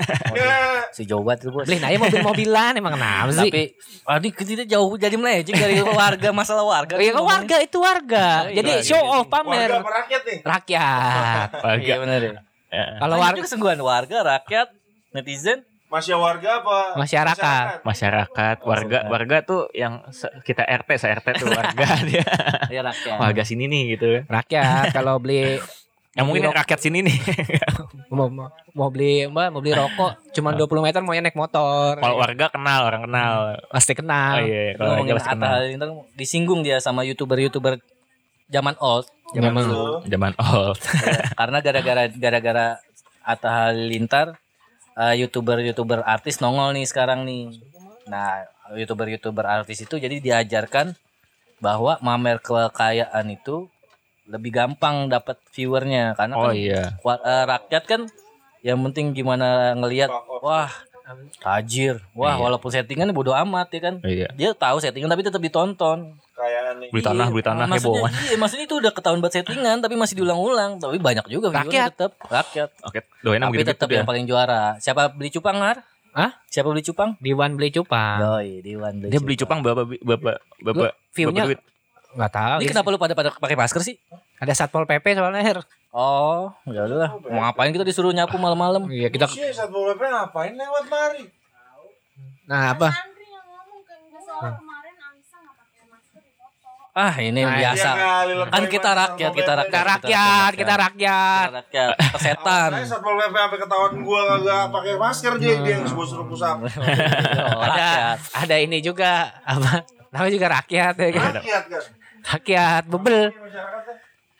Ya. Si jauh banget lu bos. Beliin aja mobil-mobilan emang kenapa sih? Tapi ah, ini kita jauh jadi melenceng dari warga masalah warga. Iya kan warga itu warga. Oh, iya, Jadi iya, show iya. off pamer Warga apa rakyat nih? rakyat. Warga. Iya benar ya. Ya. Kalau Kan warga itu kesungguhan warga, rakyat, netizen. Masih warga apa? Masyarakat. Masyarakat, warga, warga tuh yang se- kita R T, se-R T tuh warga dia. Ya rakyat. Warga sini nih gitu. rakyat kalau beli Yang mungkin yang rakyat sini nih. mau, mau, mau beli mbak mau beli rokok cuma dua puluh meter maunya naik motor. Kalau warga kenal, orang kenal. Pasti Oh kenal. iya, Lu kalau warga ngomongin pasti Atta kenal. Halilintar disinggung dia sama youtuber-youtuber zaman old. Zaman Zaman dulu. dulu. Zaman old. Karena gara-gara gara-gara Atta Halilintar eh, youtuber-youtuber artis nongol nih sekarang nih. Nah, YouTuber-YouTuber artis itu jadi diajarkan bahwa mamer kekayaan itu lebih gampang dapat viewernya karena Oh kan iya. wa- eh, rakyat kan yang penting gimana ngelihat wah tajir, wah Iya. walaupun settingan bodo amat ya kan. Iya. Dia tahu settingan tapi tetap ditonton. Kayaan nih. Beli tanah, Iya, beli tanah maksudnya, hebohan. iya, maksudnya itu udah ketahuan buat settingan tapi masih diulang-ulang. Tapi banyak juga viewernya Rakyat. tetap rakyat. Oke, doain Tapi begitu tetap gitu yang ya. paling juara. Siapa beli cupang, Har? Hah? Siapa beli cupang? Diwan beli cupang. Doi, Diwan beli Dia beli cupang berapa bapak bapak View-nya bapak duit. Enggak tahu. Ini kenapa lu pada pada pakai masker sih? Ada Satpol P P soalnya Her. Oh, ya udah. Mau ngapain kita disuruh nyapu malam-malam? Iya kita. Sih, Satpol P P ngapain lewat mari? Nah apa? Andri yang ngomong kan nggak salah kemarin Alisa nggak pakai masker di foto. Ah, ini Nah, biasa. Iya kali, lebay Kan kita banget rakyat, Satpol kita P P. rakyat. Kita rakyat, kita rakyat. Kita rakyat, persetan. Saya Satpol P P sampai ketahuan gua kagak pakai masker dia dia yang suruh pusat. Oh, Ada rakyat. ada ini juga apa? Namanya juga rakyat ya kan. Rakyat kan. Rakyat bebel. Masyarakatnya.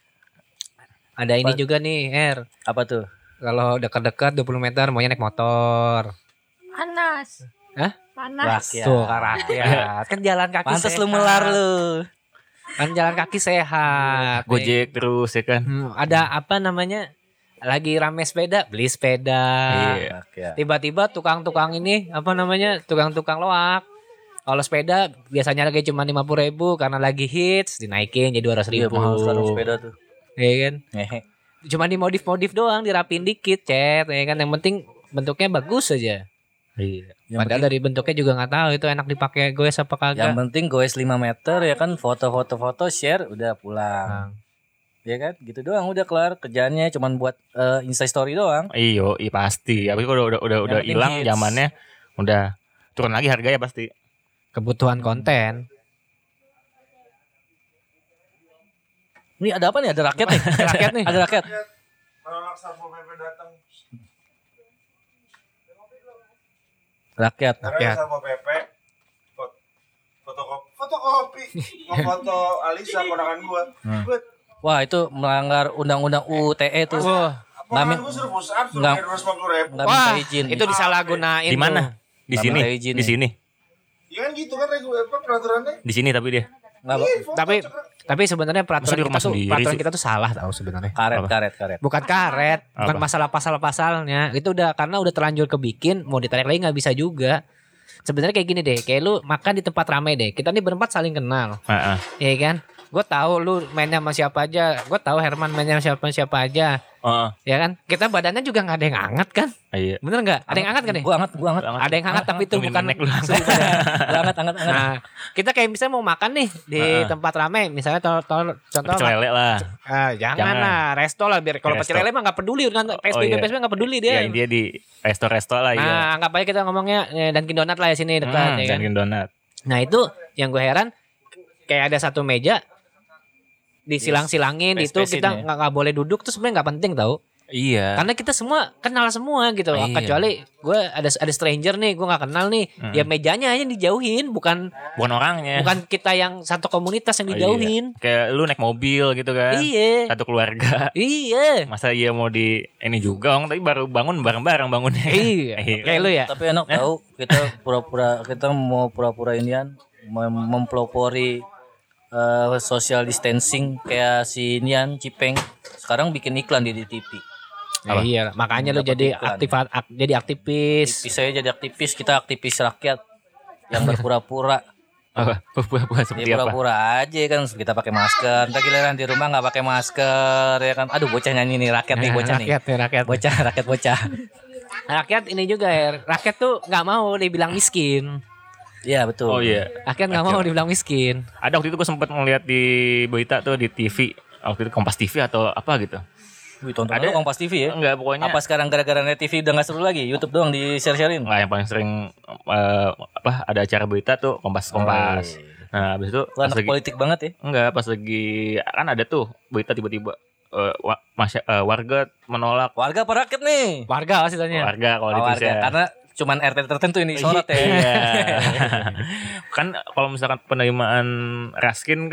Ada ini juga nih, Her. Apa tuh? Kalau dekat-dekat dua puluh meter maunya naik motor. Panas. Hah? Panas. Rakyat. Tuh, kan rakyat. Kan jalan kaki Pantes sehat. lu melar lu. Kan jalan kaki sehat. Gojek terus ya kan. Hmm, ada apa namanya? Lagi rame sepeda, beli sepeda. Iya. Rakyat. Tiba-tiba tukang-tukang ini apa namanya? Tukang-tukang loak. Kalau sepeda biasanya lagi cuma lima puluh ribu karena lagi hits dinaikin jadi dua ratus Iya, ribu. mahal sekarang sepeda tuh. Iya kan? Ngehe. Cuma dimodif-modif doang, dirapin dikit, cet, ya kan? Yang penting bentuknya bagus aja. Iya. Yang Padahal dari bentuknya juga nggak tahu itu enak dipakai goes apa kagak. Yang penting goes lima meter ya kan, foto-foto-foto share udah pulang. Nah, Ya kan? Gitu doang udah kelar kerjaannya cuman buat eh, Insta story doang. Iyo, iya pasti. Tapi kalau udah udah udah Yang penting hilang hits. zamannya, udah turun lagi harganya pasti. kebutuhan konten. Ini ada apa nih? Ada rakyat nih. Rakyat nih. Ada rakyat. Menolak Satpol P P datang. Rakyat. Karena Rakyat. Satpol P P fot- fotokopi fotokopi ngefoto Alisa ponakan gua. Hmm. Gua Wah, itu melanggar undang-undang U U T E tuh. Wah, ponakan min- gua suruh push up suruh nggak- bayar dua ratus lima puluh ribu. Enggak minta wah, izin. itu disalahgunain. Di mana? tuh. Di Nggak sini. minta izin Di nih. sini. Ya kan gitu kan regu apa peraturannya. Di sini tapi dia. Enggak, Iya, foto, Tapi cekrek. tapi sebenarnya peraturan Masa di kita rumah tuh sendiri peraturan sih? kita tuh salah tahu sebenarnya. karet, Apa? karet, karet. Bukan karet, bukan Apa? masalah pasal-pasalnya. Itu udah karena udah terlanjur kebikin, mau ditarik lagi nggak bisa juga. Sebenarnya kayak gini deh, kayak lu makan di tempat ramai deh. Kita nih berempat saling kenal, Heeh. ya kan? Gue tahu lu mainnya sama siapa aja, gue tahu Herman mainnya sama siapa siapa aja, Heeh. ya kan? Kita badannya juga nggak ada yang hangat kan? Iya. Bener nggak? Ada yang hangat kan nih? Gua hangat, gua hangat. Ada yang hangat tapi itu Tuh, bukan nenek lu. langsung gitu ya. Gua hangat, hangat, hangat. Nah, kita kayak misalnya mau makan nih di Heeh. tempat ramai, misalnya to- to- contoh Pecel lele lah. ah, jangan, Jangan. lah, resto lah biar kalau Resto. pecel lele mah nggak peduli kan P S B B iya. P S B nggak peduli Ya dia. dia di resto-resto lah ya. Nah, anggap aja kita ngomongnya eh, Dunkin Donat lah ya sini dekat Hmm, ya kan. Dunkin Donat. Nah, itu yang gue heran kayak ada satu meja disilang-silangin itu Space-spacein kita ya. nggak nggak boleh duduk tuh sebenarnya nggak penting tau. Iya. Karena kita semua kenal semua gitu. Iya. Kecuali gue ada ada stranger nih, gue nggak kenal nih. Hmm. Ya mejanya aja dijauhin, bukan Bukan orangnya. bukan kita yang satu komunitas yang Oh, iya. dijauhin. Kayak lu naik mobil gitu kan. Iya. Satu keluarga. Iya. Masa iya mau di ini juga orang tapi baru bangun bareng-bareng bangunnya. Iya. Kayak lu ya. Tapi enak tahu kita pura-pura kita mau pura-pura inian mem- mempelopori eh, social distancing kayak si Nian Cipeng sekarang bikin iklan di, di T V. Ya, iya, makanya lu Dapat jadi iklan. aktif ak- jadi aktivis. Aktivis saya jadi aktivis, kita aktivis rakyat yang berpura-pura. Apa? Pura-pura seperti Ya apa? pura-pura aja kan kita pakai masker. Entar giliran di rumah nggak pakai masker ya kan. Aduh bocah nyanyi nih rakyat nih bocah nih. rakyat nih, rakyat. Bocah rakyat bocah. Rakyat ini juga ya. Rakyat tuh nggak mau dibilang miskin. Iya betul. Oh iya. Rakyat nggak mau dibilang miskin. Ada waktu itu gue sempat ngeliat di berita tuh di T V. Waktu itu Kompas T V atau apa gitu. Wih, tonton Ada- lu Kompas T V ya. Enggak pokoknya. Apa sekarang gara-gara net T V udah nggak seru lagi? YouTube doang di share-sharein. Enggak, yang paling sering eh, apa ada acara berita tuh Kompas Kompas. Oh, iya. Nah, habis itu Lu pas anak lagi politik banget ya. enggak pas lagi kan ada tuh berita tiba-tiba eh, wa- masya- eh, warga menolak Warga apa rakyat nih? Warga pasti tanya. warga kalau Oh, di warga. Karena cuman R T tertentu ini sorot ya. Iya. Kan kalau misalkan penerimaan Raskin kan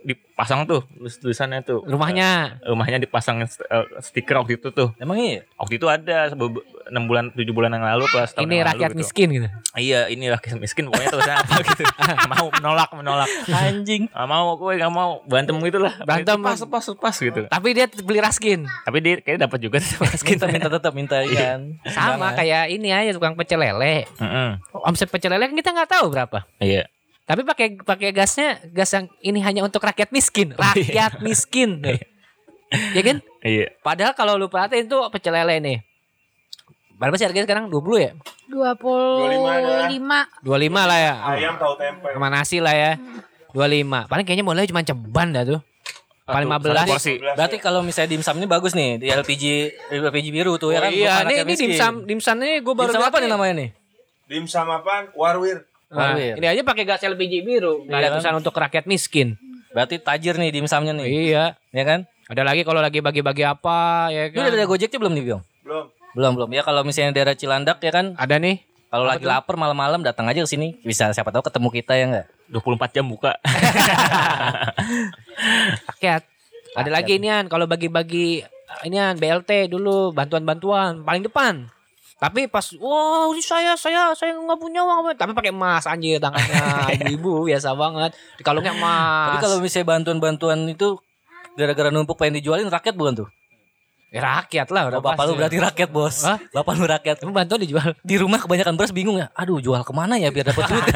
dipasang tuh tulisannya tuh. Rumahnya. Rumahnya dipasang st- uh, stiker waktu itu tuh. Emang iya? Waktu itu ada enam bulan tujuh bulan yang lalu pas tahun Ini yang rakyat lalu, gitu. miskin gitu. Iya, ini rakyat miskin pokoknya tuh saya apa gitu. Mau menolak menolak. Anjing. Gak mau gue gak mau berantem gitu lah. Berantem. pas pas pas gitu. Tapi dia beli Raskin. Tapi dia kayaknya dapat juga tuh miskin. Minta minta tetap minta kan. Sama kayak ini aja tukang pecel lele. Heeh. Omset pecel lele kan kita nggak tahu berapa. Iya. Tapi pakai pakai gasnya gas yang ini hanya untuk rakyat miskin, rakyat miskin. Ya kan? Iya. Padahal kalau lu perhatiin tuh pecel lele nih. Berapa sih harganya sekarang? dua puluh ya? dua puluh lima. dua puluh lima lah ya. Ayam tahu tempe. Sama nasi lah ya. dua puluh lima. Paling kayaknya modalnya cuma ceban dah tuh. Paling lima belas. Satu porsi. Berarti kalau misalnya dimsum ini bagus nih di L P G L P G biru tuh ya Oh kan. iya, Bukan nih rakyat ini miskin. dimsum dimsum ini gue baru Dimsum lihat apa nih namanya nih? Dimsum apaan? Warwir. Nah, Warwir. ini aja pakai gas L P G biru. Nggak ada Iya kan? tulisan untuk rakyat miskin. Berarti tajir nih dimsumnya nih. Iya. Ya kan? Ada lagi kalau lagi bagi-bagi apa ya Lu kan? udah ada Gojeknya belum nih, Biong? Belum. Belum, belum. Ya kalau misalnya daerah Cilandak ya kan. Ada nih. Kalau lagi lapar malam-malam datang aja ke sini. Bisa siapa tahu ketemu kita ya enggak? dua puluh empat jam buka. Rakyat. Ada lagi inian kalau bagi-bagi inian B L T dulu bantuan-bantuan paling depan. Tapi pas wow ini saya saya saya nggak punya uang tapi pakai emas anjir tangannya ibu-ibu biasa banget di kalungnya emas. Tapi kalau misalnya bantuan-bantuan itu gara-gara numpuk pengen dijualin rakyat bukan tuh? ya, rakyat lah udah Oh, bapak pasti. lu berarti rakyat, Bos. Hah? Bapak lu rakyat. Emang bantuan dijual. Di rumah kebanyakan beras bingung ya. Aduh, jual kemana ya biar dapat duit.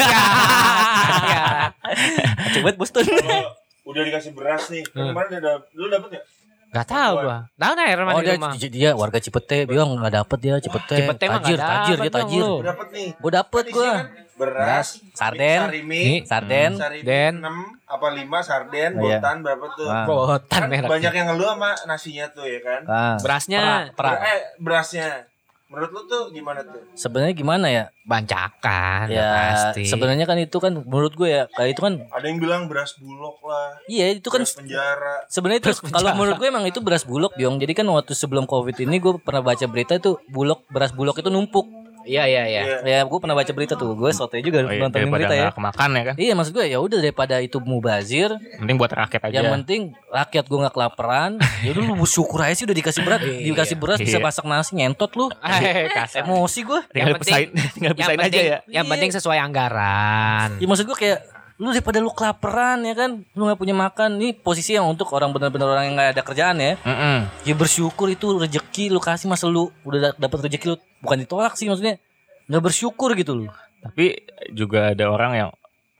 Ya. Coba Bos tuh. Kalau udah dikasih beras nih, kan kemarin udah dap- lu dapet nggak? Gak tahu gua. Tahu nih rumah Oh di dia, rumah. dia warga Cipete, bilang nggak dapet dia Cipete. Cipete mah tajir, nggak tajir, dapet dia tajir. dong lu. Dapet nih. Gue dapet Kan gue. isinya kan beras, sarden, sarimi, Nih, sarden. sarimi Den. enam apa lima sarden, Oh, iya. botan berapa tuh? Ah. Botan Kan merah. banyak yang ngeluh sama nasinya tuh ya kan? Nah, Berasnya pra- Ber- eh berasnya. Menurut lu tuh gimana tuh? sebenarnya gimana ya? bancakan Ya pasti. sebenarnya kan itu kan menurut gue ya kayak itu kan Ada yang bilang beras bulog lah, iya itu kan beras penjara. sebenarnya itu kalau menurut gue emang itu beras bulog Biong. Jadi kan waktu sebelum Covid ini gue pernah baca berita itu bulog beras bulog itu numpuk. Iya iya iya. Iya. Ya gue pernah baca berita tuh. Gue sotoy juga Oh, iya, nontonin daripada berita ya. nggak kemakan ya kan. Iya maksud gue ya udah daripada itu mubazir, Mending buat rakyat aja. yang penting rakyat gue nggak kelaparan. Ya udah lu bersyukur aja sih udah dikasih berat, dikasih beras bisa Iya. masak nasi ngentot lu. Eh, kasar. Emosi gue. tinggal Yang penting- pisahin, tinggal Yang pisahin aja penting, ya. yang penting sesuai anggaran. Ya maksud gue kayak lu daripada lu kelaparan ya kan, lu nggak punya makan. Nih posisi yang untuk orang benar-benar orang yang nggak ada kerjaan ya. Heeh. Ya bersyukur itu rezeki lu kasih masa lu udah da- dapat rezeki lu bukan ditolak sih maksudnya. Nggak bersyukur gitu lu. Tapi juga ada orang yang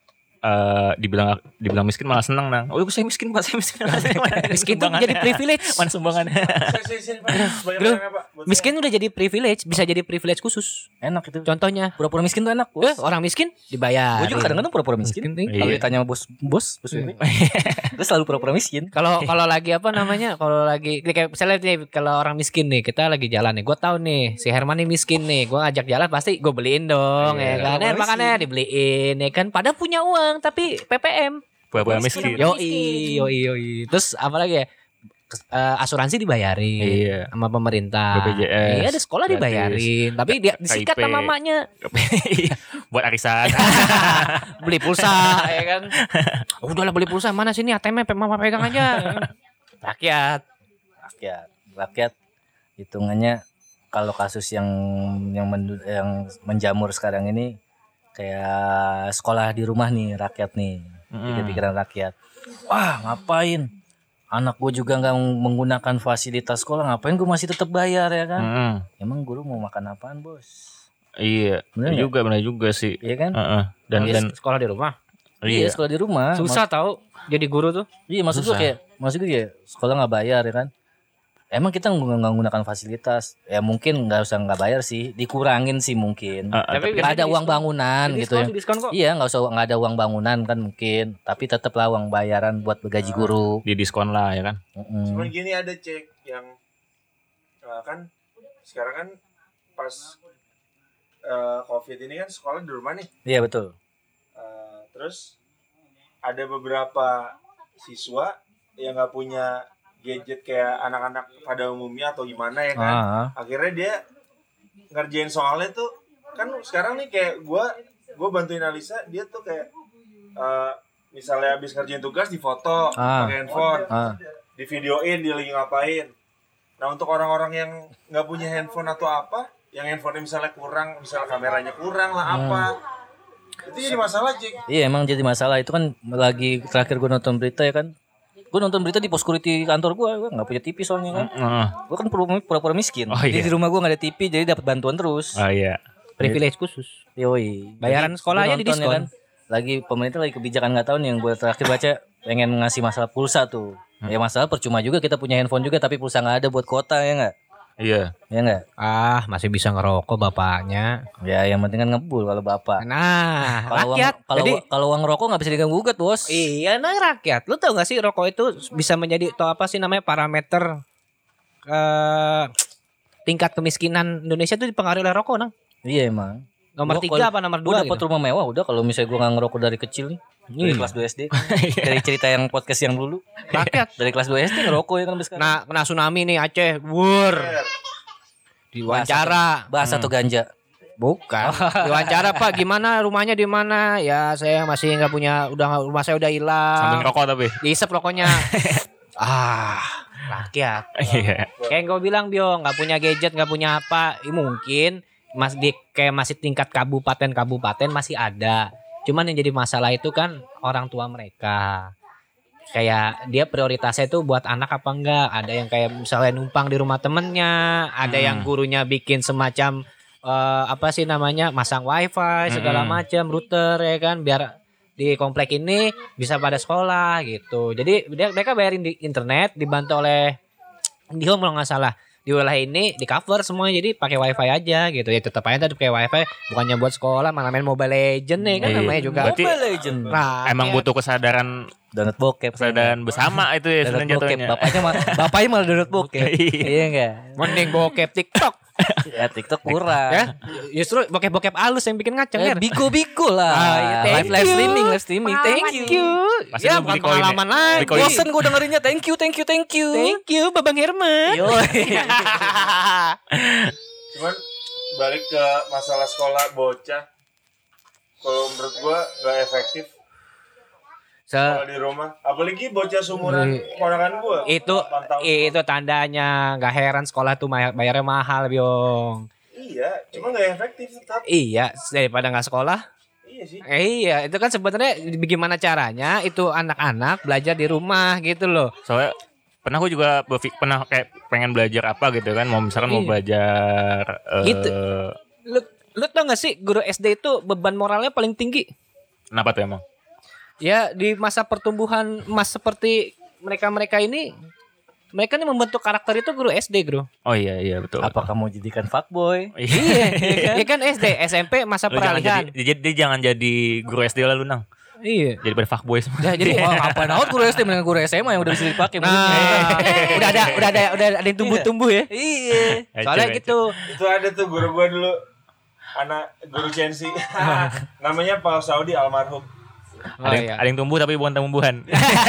eh dibilang dibilang miskin malah seneng nang. Oh, saya miskin Pak, saya miskin. Miskin tuh jadi privilege. Mana sumbangannya? Sini sini Pak. Banyak Bro, banyak, Pak. Buat Miskin udah jadi privilege, bisa jadi privilege khusus. Enak itu. Contohnya, Pura-pura miskin tuh enak, eh, Bos. orang miskin dibayar. Gue juga kadang-kadang pura-pura miskin. Miskin, Kalau Iya. ditanya sama bos, bos, bos ini. Gue selalu pura-pura miskin. Kalau kalau lagi apa namanya? Kalau lagi kayak misalnya nih kalau orang miskin nih, kita lagi jalan nih. Gue tahu nih si Herman nih miskin nih. Gue ngajak jalan pasti gue beliin dong Iya, ya kan. Eh, makannya dibeliin ya kan. Padahal punya uang tapi P P M. Pura-pura miskin. Yoi, yoi, yoi. Terus apa lagi ya? Kes- eh, asuransi dibayarin Iya. sama pemerintah. B P J S, Iya, ada sekolah gratis. dibayarin, tapi dia disikat K I P. sama mamanya. Iya, buat arisan. Beli pulsa ya kan. Oh, udahlah beli pulsa mana sini A T M mama pegang aja. Rakyat. Rakyat, rakyat hitungannya kalau kasus yang yang mendu- yang menjamur sekarang ini kayak sekolah di rumah nih rakyat nih. Pikir-pikiran rakyat. Wah, ngapain? Anak gue juga nggak menggunakan fasilitas sekolah, ngapain gue masih tetap bayar ya kan? Heeh. Emang guru mau makan apaan, Bos? Iya, Bener nggak? juga benar juga sih. Iya kan? Heeh. Dan Iya, dan sekolah di rumah. Iya, iya. sekolah di rumah. Susah tahu jadi guru tuh. Iya maksud gue Susah. kayak maksud gue kayak sekolah nggak bayar ya kan. Emang kita nggak nggak menggunakan fasilitas ya mungkin nggak usah nggak bayar sih dikurangin sih mungkin. Heeh, Tapi tapi Nggak ada biasanya uang diskon. bangunan Di gitu diskon, ya. di diskon kok. Iya nggak usah nggak ada uang bangunan kan mungkin tapi tetaplah uang bayaran buat gaji guru. di diskon lah ya kan. Mm-mm. Cuman gini ada cek yang eh, kan sekarang kan pas eh, COVID ini kan sekolah di rumah nih. Iya betul. Eh, terus ada beberapa siswa yang nggak punya gadget kayak anak-anak pada umumnya atau gimana ya kan. Ah, Akhirnya dia ngerjain soalnya tuh kan sekarang nih kayak gua gua bantuin Alisa dia tuh kayak eh, misalnya habis ngerjain tugas difoto Ah. pakai handphone, Ah. di videoin dia lagi ngapain. Nah untuk orang-orang yang nggak punya handphone atau apa, yang handphonenya misalnya kurang, misalnya kameranya kurang lah apa, itu jadi masalah Jack. Iya emang jadi masalah itu kan lagi terakhir gue nonton berita ya kan. Gue nonton berita di pos security kantor gue, gue nggak punya T V soalnya kan. Heeh. Gue kan pura- pura-pura miskin. Oh, Jadi iya. di rumah gue nggak ada T V jadi dapat bantuan terus. Oh iya. Privilege khusus. Yoi. Bayaran Jadi, sekolah gua aja di nonton, ya diskon. kan. Lagi pemerintah lagi kebijakan nggak tahu nih yang gue terakhir baca pengen ngasih masalah pulsa tuh. Ya masalah percuma juga kita punya handphone juga tapi pulsa nggak ada buat kuota ya nggak? Iya. Ya nggak? Ah, masih bisa ngerokok bapaknya. Ya yang penting kan ngebul kalau bapak. Nah, Kalau uang, rakyat. kalau Jadi kalau uang rokok nggak bisa diganggu gugat bos. iya, nah rakyat. Lu tau gak sih rokok itu bisa menjadi atau apa sih namanya parameter eh tingkat kemiskinan Indonesia itu dipengaruhi oleh rokok, Nang. Iya emang. Nomor Gua tiga kalau- apa nomor Gue dua dapat gitu? rumah mewah udah kalau misalnya gue nggak ngerokok dari kecil nih. Dari Hmm. kelas dua S D. Dari cerita yang podcast yang dulu. Rakyat. Dari kelas dua S D ngerokok ya kan sampai sekarang. Nah, kena tsunami nih Aceh. Wur. Diwawancara. Bahasa tuh ganja. Bukan. Diwawancara, Pak, gimana rumahnya di mana? Ya, saya masih nggak punya, udah rumah saya udah Sambil hilang. ngerokok tapi. Diisep rokoknya. ah, rakyat. Iya. Kayak gue bilang Bio, nggak punya gadget, nggak punya apa, ya mungkin mas di kayak masih tingkat kabupaten-kabupaten masih ada. Cuman yang jadi masalah itu kan orang tua mereka. Kayak dia prioritasnya itu buat anak apa enggak? Ada yang kayak misalnya numpang di rumah temennya, ada Hmm. yang gurunya bikin semacam eh, apa sih namanya masang wifi segala Hmm. macam router ya kan biar di komplek ini bisa pada sekolah gitu. Jadi dia, mereka bayarin di internet dibantu oleh Indihome kalau nggak salah. Di wilayah ini di cover semuanya jadi pakai wifi aja gitu ya tetap aja tetap pakai wifi bukannya buat sekolah malah main Mobile Legend nih kan Iya. namanya juga. Berarti Mobile Legend. Rakyat. Emang butuh kesadaran Download bokep. kesadaran bersama itu ya Download sebenarnya bokep. jatuhnya. Bapaknya malah bapaknya malah download bokep. Iya. Iya enggak? Mending bokep TikTok Ya TikTok kurang. ya. Justru bokep-bokep halus yang bikin ngaceng Eh, ya. biko-biko lah. Ah, iya, thank live live you. streaming, live streaming. Thank Thank you. you. Pasti Ya lu bukan beli koin ya? pengalaman lagi. Beli koin. Bosen gue dengerinnya. Thank you, thank you, thank you. Thank you Babang Herman. Yoi. Cuman balik ke masalah sekolah bocah, kalau menurut gua nggak efektif Se- kalau di rumah, apalagi bocah seumuran ponakan gua. itu delapan tahun. itu tandanya nggak heran sekolah tuh may- bayarnya mahal Biong. Iya, cuma nggak efektif tetap. Iya daripada nggak sekolah. Iya sih. Eh, iya itu kan sebenarnya bagaimana caranya itu anak-anak belajar di rumah gitu loh. Soalnya pernah aku juga berfik- pernah kayak pengen belajar apa gitu kan, mau misalkan mau Iya. belajar eh, Gitu. Lu lu tau gak sih guru S D itu beban moralnya paling tinggi. Kenapa tuh emang? Ya di masa pertumbuhan emas seperti mereka-mereka ini mereka nih membentuk karakter itu guru S D, Bro. Oh iya iya betul. Apa kamu jadikan fuckboy? Iya. Ya kan S D, S M P masa Lu jangan peralihan. jadi, jadi dia jangan jadi guru S D lalu nang. Iya. Jadi pada fuckboy semua. Ya, jadi Wah, ngapain amat guru S D mendingan guru S M A yang udah bisa dipakai. nah, udah ada udah ada udah ada yang tumbuh-tumbuh ya. Iya. Soalnya Ece, gitu. Itu ada tuh guru gua dulu, anak guru Chensi. Namanya Pak Saudi almarhum. Ada, yang, iya. ada yang tumbuh tapi bukan tumbuhan.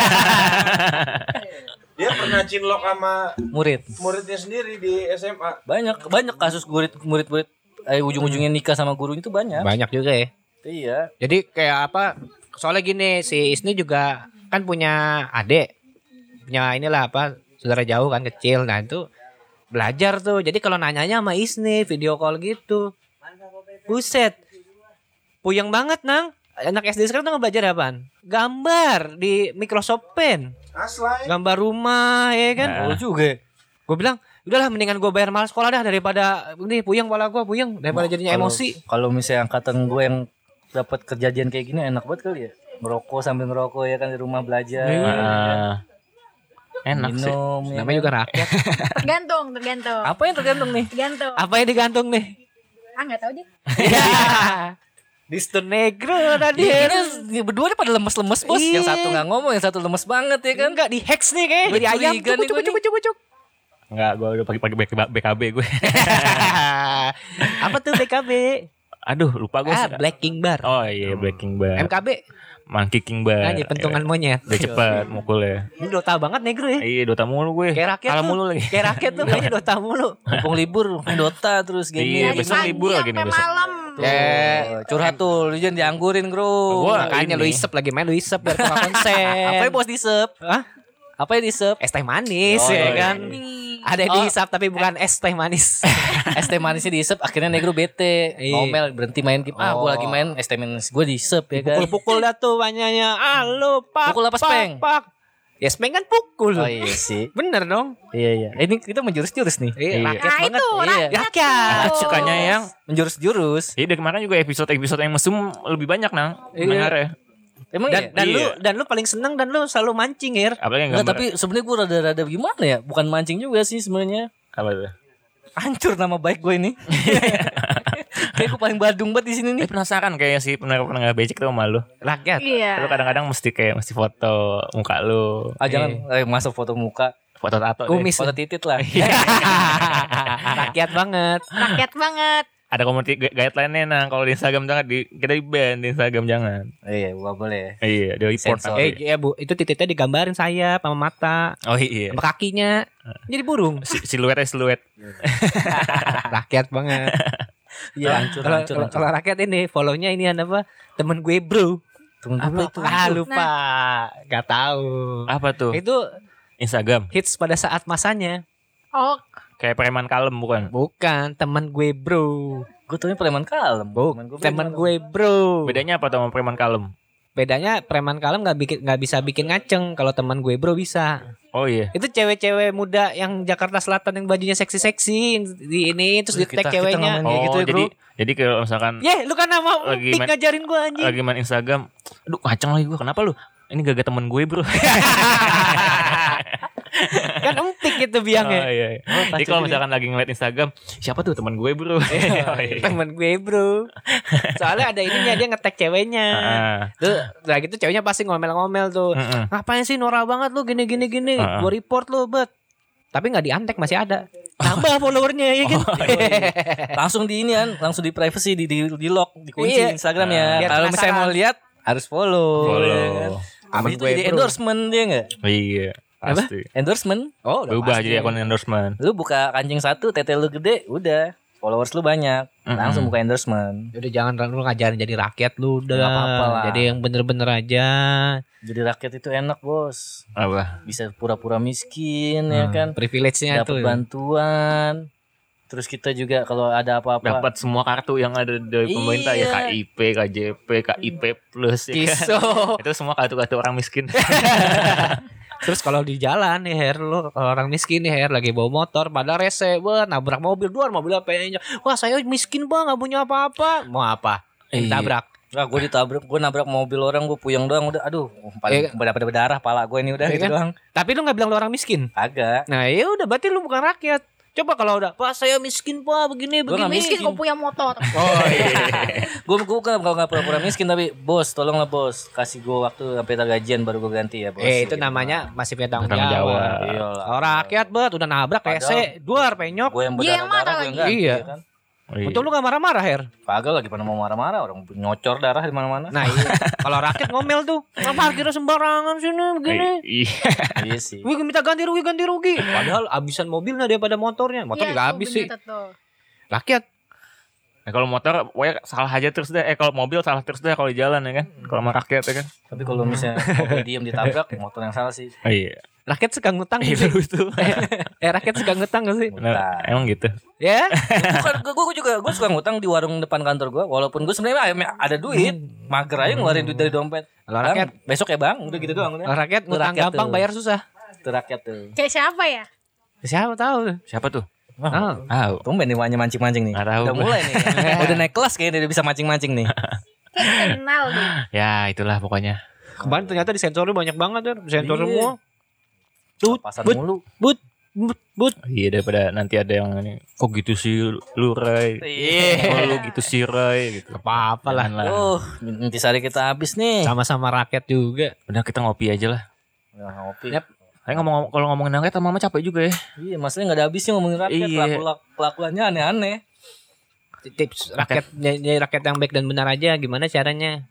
Dia pernah cinlok sama Murid. muridnya sendiri di S M A. Banyak banyak kasus murid murid-murid eh, ujung-ujungnya nikah sama gurunya itu banyak. Banyak juga ya. Iya. Jadi kayak apa? Soalnya gini, si Isni juga kan punya adik. Punya inilah apa? Saudara jauh kan kecil. Nah, itu belajar tuh. Jadi kalau nanyanya sama Isni video call gitu. Buset. Puyeng banget, Nang. Anak S D sekarang tuh belajar apaan? Gambar di Microsoft Paint. Aslay. Gambar rumah ya kan. Nah. Oh juga. Gue bilang, udahlah mendingan gue bayar mahal sekolah dah daripada ini puyeng pala gue puyeng daripada jadinya Kalau- emosi. Kalau misalnya angkatan gue yang dapat kejadian kayak gini enak banget kali ya. Ngerokok sambil ngerokok ya kan di rumah belajar. Ah, enak sih. Minum. ya Namanya kan? juga rakyat. Tergantung, tergantung. Apa yang tergantung nih? Tergantung. Apa yang digantung nih? Ah nggak tahu deh. Diston Negro tadi. Iya, ini berdua nih pada lemes-lemes bos. Iya. Yang satu nggak ngomong, yang satu lemes banget ya kan. Enggak di hex nih kayak Gue jadi ayam curiga nih cuk gue cuk nih. cuk cuk. Enggak, gua udah pakai pakai B K B gue. Apa tuh B K B? Aduh, lupa gue. Ah, Black King Bar. Oh iya, Breaking Bad. M K B. Monkey King Bar. Nah, jadi pentungan monyet. Udah cepet mukulnya. Ini Dota banget Negro ya. Iya, Dota mulu gue. Kayak rakyat Kalah tuh. mulu lagi. Kayak rakyat tuh kayaknya Dota mulu. Mumpung libur main Dota terus Iya, gini. besok Pagi libur lagi nih sampai besok. malam. Tuh, Eh, curhat tuh, lu jangan dianggurin, Bro. Gua Makanya ini. lu isep lagi main lu isep biar kurang konsen. Apa yang bos disep? Hah? Apa yang disep? Es teh manis Oh, ya iya. kan. Ada yang Oh. dihisap tapi bukan es teh manis. Es teh manisnya diisep, akhirnya negro bete, Iya. ngomel, berhenti main game. Ah, Oh. gua lagi main es teh manis, gua diisep ya kan. Pukul-pukul dah tuh banyaknya. Ah lu pak. Pukul apa, pak, Speng? Pak. Ya speng kan pukul. Oh iya sih. Bener dong. Iya iya. Eh, Ini kita menjurus-jurus nih. Iya, Iya. rakyat Nah banget. itu Iya. rakyat. Rakyat. tuh. Sukanya yang Menjurus-jurus. Iya dari kemarin juga episode-episode yang mesum lebih banyak nang. Iya. Dengar ya. Emang Dan iya? dan lu Iya. dan lu paling seneng dan lu selalu mancing, Hir. Apalagi yang Enggak, gambar. tapi sebenarnya gue rada-rada gimana ya? Bukan mancing juga sih sebenarnya. Apa tuh? Hancur nama baik gue ini. Kayak gue paling badung banget di sini nih. Eh penasaran kayak si pendengar-pendengar becek tuh sama lu. Rakyat. Iya. Lu kadang-kadang mesti kayak mesti foto muka lu. Ah jangan eh, masuk foto muka, Foto tato deh. Kumis. foto titit lah. Rakyat banget. Rakyat banget. Ada community gu- guideline-nya nah kalau di Instagram jangan di kita di ban di Instagram jangan. Iya, gua boleh. Iya, di report Sensor. Eh nanti. ya Bu, itu titiknya digambarin sayap sama mata, Oh iya. sama kakinya. Jadi burung. Si- Siluetnya siluet. Rakyat banget. Iya, hancur, Kalau hancur, kalau- hancur. kalau rakyat ini follow-nya ini apa? Temen gue, Bro. Temen Apa gue itu? Ah lupa. Gak tahu. Apa tuh? Itu Instagram. hits pada saat masanya. Oh, Kayak preman kalem bukan? Bukan, temen gue, Bro. Gue taunya preman kalem. Bu, Temen gue temen preman gue, Bro. Bedanya apa tuh sama preman kalem? Bedanya preman kalem nggak bikin nggak bisa bikin ngaceng, kalau teman gue, Bro, bisa. Oh iya. Itu cewek-cewek muda yang Jakarta Selatan yang bajunya seksi-seksi di ini terus di Kita- tag kita ceweknya. ngomongin kayak Oh gitu ya, jadi Bro. jadi kalau misalkan Ye, lu kan nama Lagi pik main- ngajarin gue anjing. lagi main Instagram, aduh ngaceng lagi gue. Kenapa lu? Ini gak temen gue bro. Kan empik gitu Oh, biangnya. iya, iya. Jadi kalau misalkan lagi ngeliat Instagram, siapa tuh temen gue bro? Oh, iya. Temen gue, Bro. Soalnya ada ininya dia nge-tag ceweknya. Ah, Tuh, udah gitu ceweknya pasti ngomel-ngomel tuh. mm-mm. Ngapain sih norak banget lu gini gini gini. Ah. Gue report lu, bet. Tapi nggak diantek masih ada. Tambah followernya ya kan. Langsung di ini kan, langsung di privacy, di di, di lock, dikunci Iya. Instagramnya. Biar Kalau misalnya penasaran. mau lihat harus follow. Follow. ya kan? Temen Habis itu gue, jadi Bro. endorsement dia enggak? Iya, pasti. Endorsement. Oh, udah Berubah pasti. jadi akun endorsement. Lu buka kancing satu, tete lu gede, udah. Followers lu banyak. Langsung Mm-mm. buka endorsement. Udah jangan lu ngajarin jadi rakyat lu udah. Nggak apa-apa lah. Jadi yang bener-bener aja. Jadi rakyat itu enak, Bos. Apa? Bisa pura-pura miskin ya Hmm, kan. Privilege-nya Dapat tuh. bantuan. Terus kita juga kalau ada apa-apa Dapat semua kartu yang ada dari pemerintah ya, Iya. K I P, K J P, K I P plus ya kan? Kiso. Itu semua kartu-kartu orang miskin. Terus kalau di jalan nih Her, lu kalau orang miskin nih Her lagi bawa motor pada rese, wah nabrak mobil, luar mobil apa yang wah saya miskin bang nggak punya apa-apa, mau apa? Iya. Tabrak. Nah, gue ditabrak, gue nabrak mobil orang, gue puyeng doang udah, aduh, paling Iya. pada berdarah pala gue ini udah Iya gitu kan? doang. Tapi lu nggak bilang lu orang miskin. Agak. Nah ya udah berarti lu bukan rakyat. Coba kalau udah, pak saya miskin pak begini Gua nggak begini. miskin kok punya motor. Oh iya. Gue gue kan kalau nggak pura-pura miskin tapi bos, tolonglah bos, kasih gue waktu sampai gajian baru gue ganti ya bos. Eh itu Gitu. namanya masih punya tanggung Tanggung jawab. jawab. Iyalah. Kalau rakyat bet udah nabrak rese, duar penyok. Gue yang Dia yang berdarah-darah marah gue yang lagi. ganti Iya. ya kan. Oh, iya. Untung lu gak marah-marah Her. Kagak lagi pada mau marah-marah orang nyocor darah di mana-mana. Nah iya. Kalau rakyat ngomel tuh, apa parkirnya sembarangan sini begini. Iya. Iya sih. Wih minta ganti rugi ganti rugi. Padahal abisan mobilnya daripada motornya. Motor Iya, juga tuh, habis bener sih. tuh. Rakyat. Nah, kalau motor, pokoknya salah aja terus deh. Eh kalau mobil salah terus deh kalau di jalan ya kan. Kalau sama rakyat ya kan. Tapi kalau misalnya mobil diem ditabrak, motor yang salah sih. Oh iya. Rakyat suka ngutang Iya gitu. itu. Eh rakyat suka ngutang gak sih? Nah, emang gitu. Ya. Bukan, gue juga gue suka ngutang di warung depan kantor gue. Walaupun gue sebenarnya ada duit, mager aja ngeluarin duit dari dompet. Kalau Bang, rakyat, besok ya bang, udah gitu doang. kalau Udah. rakyat Itu ngutang rakyat gampang tuh. bayar susah. Itu rakyat tuh. Kayak siapa ya? Siapa tahu tuh. Siapa tuh? Oh. Tahu. Tumben nih wanya mancing-mancing nih. Nggak tahu Udah gua. mulai nih. Udah naik kelas kayaknya dia bisa mancing-mancing nih. Kayak kenal deh. Ya itulah pokoknya. Kemarin ternyata di sensornya banyak banget ya. Di sensor Iya. semua. Tut, Pasan but, mulu. but, but, but. Iya daripada nanti ada yang ini. Kok gitu sih lu Ray? Iya. Kok lu gitu sih Ray? Gitu. Apa lah. Janganlah. Oh, intisari kita habis nih. Sama-sama rakyat juga. Udah kita ngopi aja lah. Nah, ngopi. Yap. Saya ngomong kalau ngomongin rakyat sama mama capek juga ya. Iya, maksudnya nggak ada habisnya ngomongin rakyat. Iya. Pelaku- Pelakuannya aneh-aneh. Tips rakyat jadi rakyat yang baik dan benar aja gimana caranya?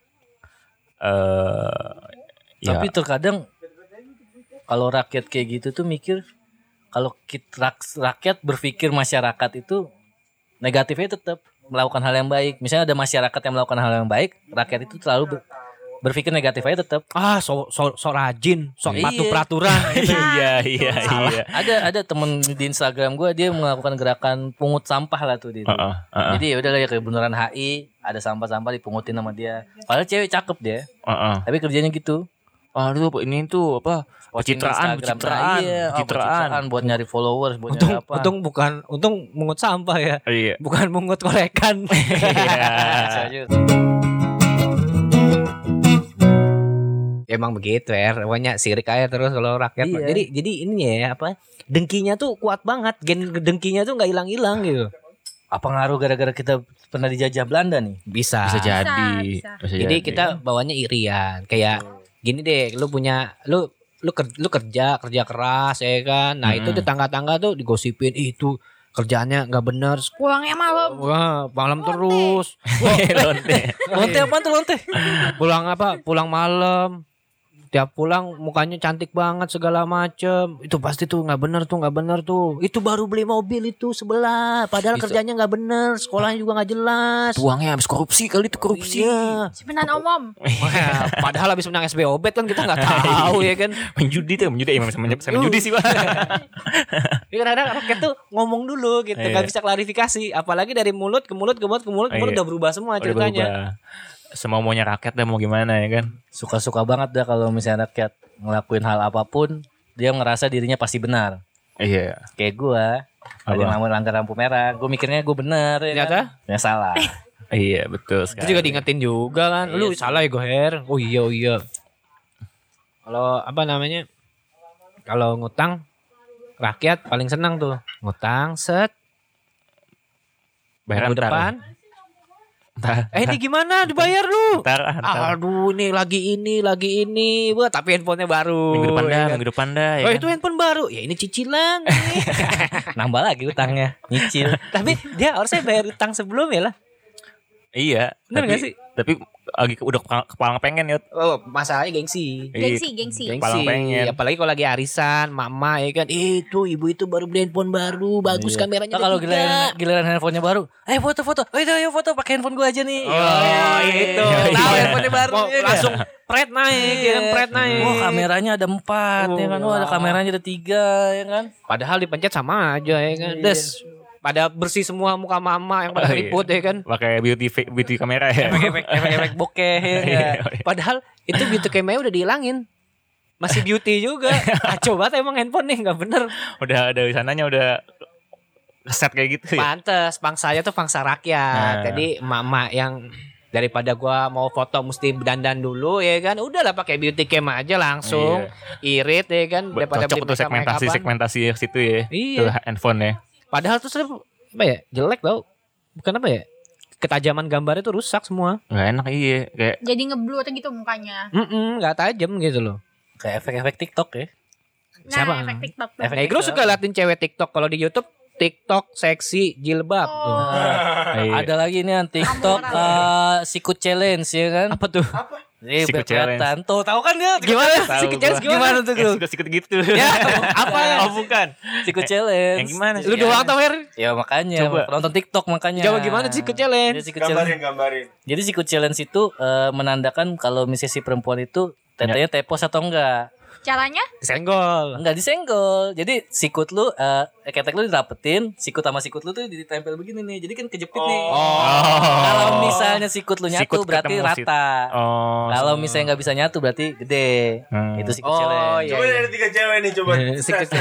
Eh ya. Tapi terkadang kalau rakyat kayak gitu tuh mikir kalau kita rakyat berpikir masyarakat itu negatifnya tetap melakukan hal yang baik. Misalnya ada masyarakat yang melakukan hal yang baik, rakyat itu selalu ber- berpikir negatif aja tetap. Ah, so so, so rajin, sok Iya. patuh peraturan. gitu. Iya iya iya. Ada ada temen di Instagram gue, dia melakukan gerakan pungut sampah lah tuh dia. tuh. Heeh, heeh. Jadi udah lah ya ke bundaran H I, ada sampah-sampah dipungutin sama dia. Padahal cewek cakep dia, Heeh. tapi kerjanya gitu. Aduh, ini tuh apa? Posting Pencitraan, Instagram. pencitraan, Iya, oh, pencitraan. pencitraan buat nyari followers, buat Untung nyari apa. untung bukan untung mungut sampah ya. Iya. Bukan mungut korekan. Iya. Ya, emang begitu ya, pokoknya sirik aja terus kalau rakyat. Iya. Jadi jadi ini ya apa? Dengkinya tuh kuat banget, gen dengkinya tuh nggak hilang-hilang gitu. Apa ngaruh gara-gara kita pernah dijajah Belanda nih? Bisa. Bisa jadi. bisa. Bisa Jadi jadi. kita bawanya irian, kayak gini deh, lu punya lu lu kerja, lu kerja kerja keras ya kan. Nah, itu Mm-mm. tetangga-tangga tuh digosipin, "Ih, itu kerjaannya nggak bener." Pulangnya malam. Wah, malam terus. lonte. Lonte apaan tuh lonte? Pulang apa? Pulang malam. Tiap pulang mukanya cantik banget segala macem. Itu pasti tuh nggak bener tuh nggak bener tuh. Itu baru beli mobil itu sebelah. Padahal Itu- kerjanya nggak bener, sekolahnya juga nggak jelas. Uangnya habis korupsi kali itu korupsi. Iya. Simpenan umum. Wah, padahal habis menang S B O bet kan kita nggak tahu ya kan. Main judi tuh, main judi emang sama sama judi sih, Pak. Ya, kadang-kadang rakyat tuh ngomong dulu gitu, Iya. nggak bisa klarifikasi. Apalagi dari mulut ke mulut ke mulut ke mulut, ke mulut Iya. udah berubah semua Udah ceritanya. berubah. Semau maunya rakyat dah mau gimana ya kan. Suka-suka banget dah kalau misalnya rakyat ngelakuin hal apapun, dia ngerasa dirinya pasti benar. Iya. Kayak gua, ada yang Apa? ngelakuin langgar lampu merah, gua mikirnya gua bener ya Ternyata? kan? Ya salah. Iya, betul Itu sekali. juga diingetin juga kan. Lu Iya sih. salah ya Goher. Oh iya oh iya. Kalau apa namanya? Kalau ngutang rakyat paling senang tuh. Ngutang set Bayaran minggu ntar. depan. Ntar. Eh, ini gimana dibayar lu? Ntar, ah, ntar. Aduh, nih lagi ini, lagi ini. Wah, tapi handphonenya baru. Minggu depan ya dah, kan? minggu depan dah ya Oh, kan? itu handphone baru. Ya ini cicilan. nih. Nambah lagi utangnya, nyicil. Tapi dia harusnya bayar utang sebelum ya lah. Iya. Bener tapi, nggak sih? Tapi lagi ke- udah kepala, kepala pengen ya. Oh, masalahnya gengsi. Gengsi, gengsi. Gengsi. Paling pengen. Apalagi kalau lagi arisan, mama ya kan. Eh, itu ibu itu baru beli handphone baru, bagus Iya. kameranya. Nah, kalau ada tiga. giliran, giliran handphonenya baru, eh foto-foto, oh itu ayo foto pakai handphone gua aja nih. Oh, itu. Iya, Tahu iya. handphonenya baru. Mau ya kan? Langsung pret naik, ya kan, pret naik. Wah kameranya ada empat, ya kan? Wah ada kameranya ada tiga, ya kan? Padahal dipencet sama aja ya kan. Des. Pada bersih semua muka mama yang pada Oh, iya. keriput ya kan. Pakai beauty fa- beauty kamera ya. Efek-efek efek-efek bokeh, ya kan? Padahal itu beauty camera udah dihilangin. Masih beauty juga. Kacau banget emang handphone nih, nggak bener. Udah ada di sananya udah set kayak gitu ya. Pantes, pangsanya tuh pangsa rakyat. Nah. Jadi emak-emak yang daripada gua mau foto mesti dandan dulu ya kan. Udahlah pakai beauty cam aja langsung. Irit ya kan daripada Cocok beli tuh segmentasi make-up-make-upan. segmentasi situ ya. Iya. Tuh handphone ya. Padahal tuh sebenarnya apa ya? Jelek tau. Bukan apa ya? Ketajaman gambarnya tuh rusak semua. Gak enak iya. Kayak Jadi ngeblur gitu mukanya. Mm nggak tajam gitu loh. Kayak efek-efek TikTok ya. Nah, Siapa? efek TikTok tuh. Efek Negro TikTok. suka liatin cewek TikTok kalau di YouTube. TikTok seksi jilbab tuh. Oh. iya. Ada lagi nih yang TikTok uh, sikut challenge ya kan? Apa tuh? Ini Sikut kelihatan. Tuh tahu kan dia? Gimana? Tahu Sikut challenge gua. gimana tuh, Gru? Sikut-sikut gitu. Ya, apa ya? Oh bukan. Sikut challenge. Yang gimana sih? Lu doang tau Her? Ya makanya Coba. nonton TikTok makanya. Coba gimana sikut challenge? Jadi sikut challenge. Gambarin, gambarin. Jadi sikut challenge itu eh, menandakan kalau misalnya si perempuan itu tetenya tepos atau enggak. Caranya? Senggol. Enggak disenggol. Jadi sikut lu eh ketek lu dirapetin, sikut sama sikut lu tuh ditempel begini nih. Jadi kan kejepit nih. Oh. Kalau misalnya sikut lu nyatu Sikut berarti ketemu sit- rata. Oh. Kalau misalnya nggak bisa nyatu berarti gede. Hmm. Itu sikut Oh, challenge. iya. Coba dari tiga cewek nih, coba. Sikut-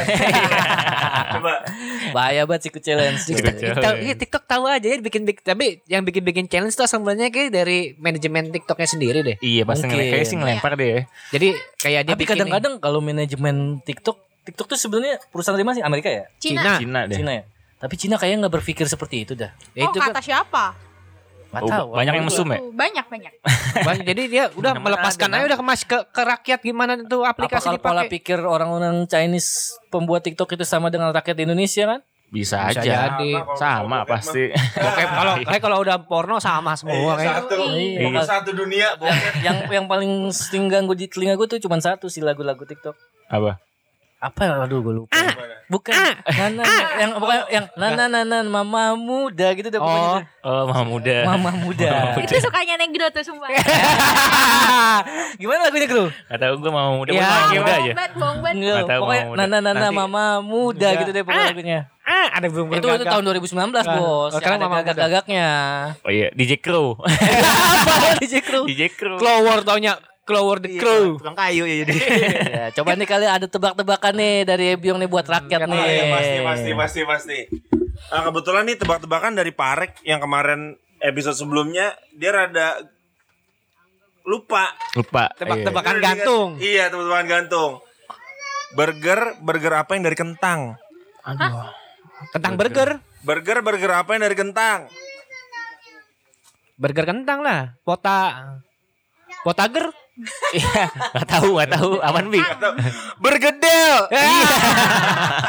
Coba. Bahaya banget sikut challenge. Sikut TikTok, challenge. iya, TikTok tahu aja ya bikin bikin tapi yang bikin bikin challenge tuh sebenarnya kayak dari manajemen TikToknya sendiri deh. Iya pasti Mungkin. ngel- kayaknya sih ngelempar deh ya. Jadi kayak dia Tapi bikin kadang-kadang kalau manajemen TikTok, TikTok tuh sebenarnya perusahaan dari mana sih? Amerika ya? Cina. Cina. Cina deh. Cina ya. Tapi Cina kayaknya nggak berpikir seperti itu dah. nih, ya Oh, itu kan kata siapa? Nggak Oh, tahu. banyak yang mesum ya? Tuh, banyak banyak. banyak. Jadi dia udah Mana melepaskan ada, aja udah ke, mas- ke ke rakyat gimana tuh Apa aplikasi kalau pola dipakai. pikir orang-orang Chinese pembuat TikTok itu sama dengan rakyat di Indonesia kan? Bisa, Bisa aja. jadi. Sama, kalau Sama bokep pasti. Bokep kalau kayak kalau udah porno sama semua Iya, kayak. satu. Iya. Pokoknya satu dunia. bokep. yang yang paling sering ganggu di telinga gue tuh cuma satu sih lagu-lagu TikTok. Apa? Apa ya? Aduh gue lupa. Gimana? Bukan. Nana yang pokoknya yang Nana Nana mama muda gitu deh pokoknya. Oh. Oh, mama muda. Mama muda. Itu sukanya Negro tuh sumpah. Gimana lagunya, Bro? Gak tahu gue mama muda, Ya, mama muda Bohong aja. banget, bohong banget. Enggak, Nggak tahu pokoknya Mama Muda. Nana Nana Nanti- mama muda gitu deh pokoknya lagunya. Ah, ada belum Itu itu tahun dua ribu sembilan belas, Ah. Bos. Oh, sekarang Yang ada Mama Muda. gagak-gagaknya. Oh iya, D J Crew. Apa D J Crew? D J Crew. Clover taunya Clover the Crew. Tukang kayu ya jadi. Ya, coba nih kalian ada tebak-tebakan nih dari Ebiong nih buat rakyat nih. Oh, iya, pasti pasti pasti pasti. Nah, kebetulan nih tebak-tebakan dari Parek yang kemarin episode sebelumnya dia rada lupa. Lupa. Tebak-tebakan Dia- gantung. Iya, tebak-tebakan gantung. Burger, burger apa yang dari kentang? Kentang burger. Burger, burger apa yang dari kentang? Burger kentang lah. Pota Potager. Iya, enggak tahu, enggak tahu. Aman, Bi. Bergedel. Iya.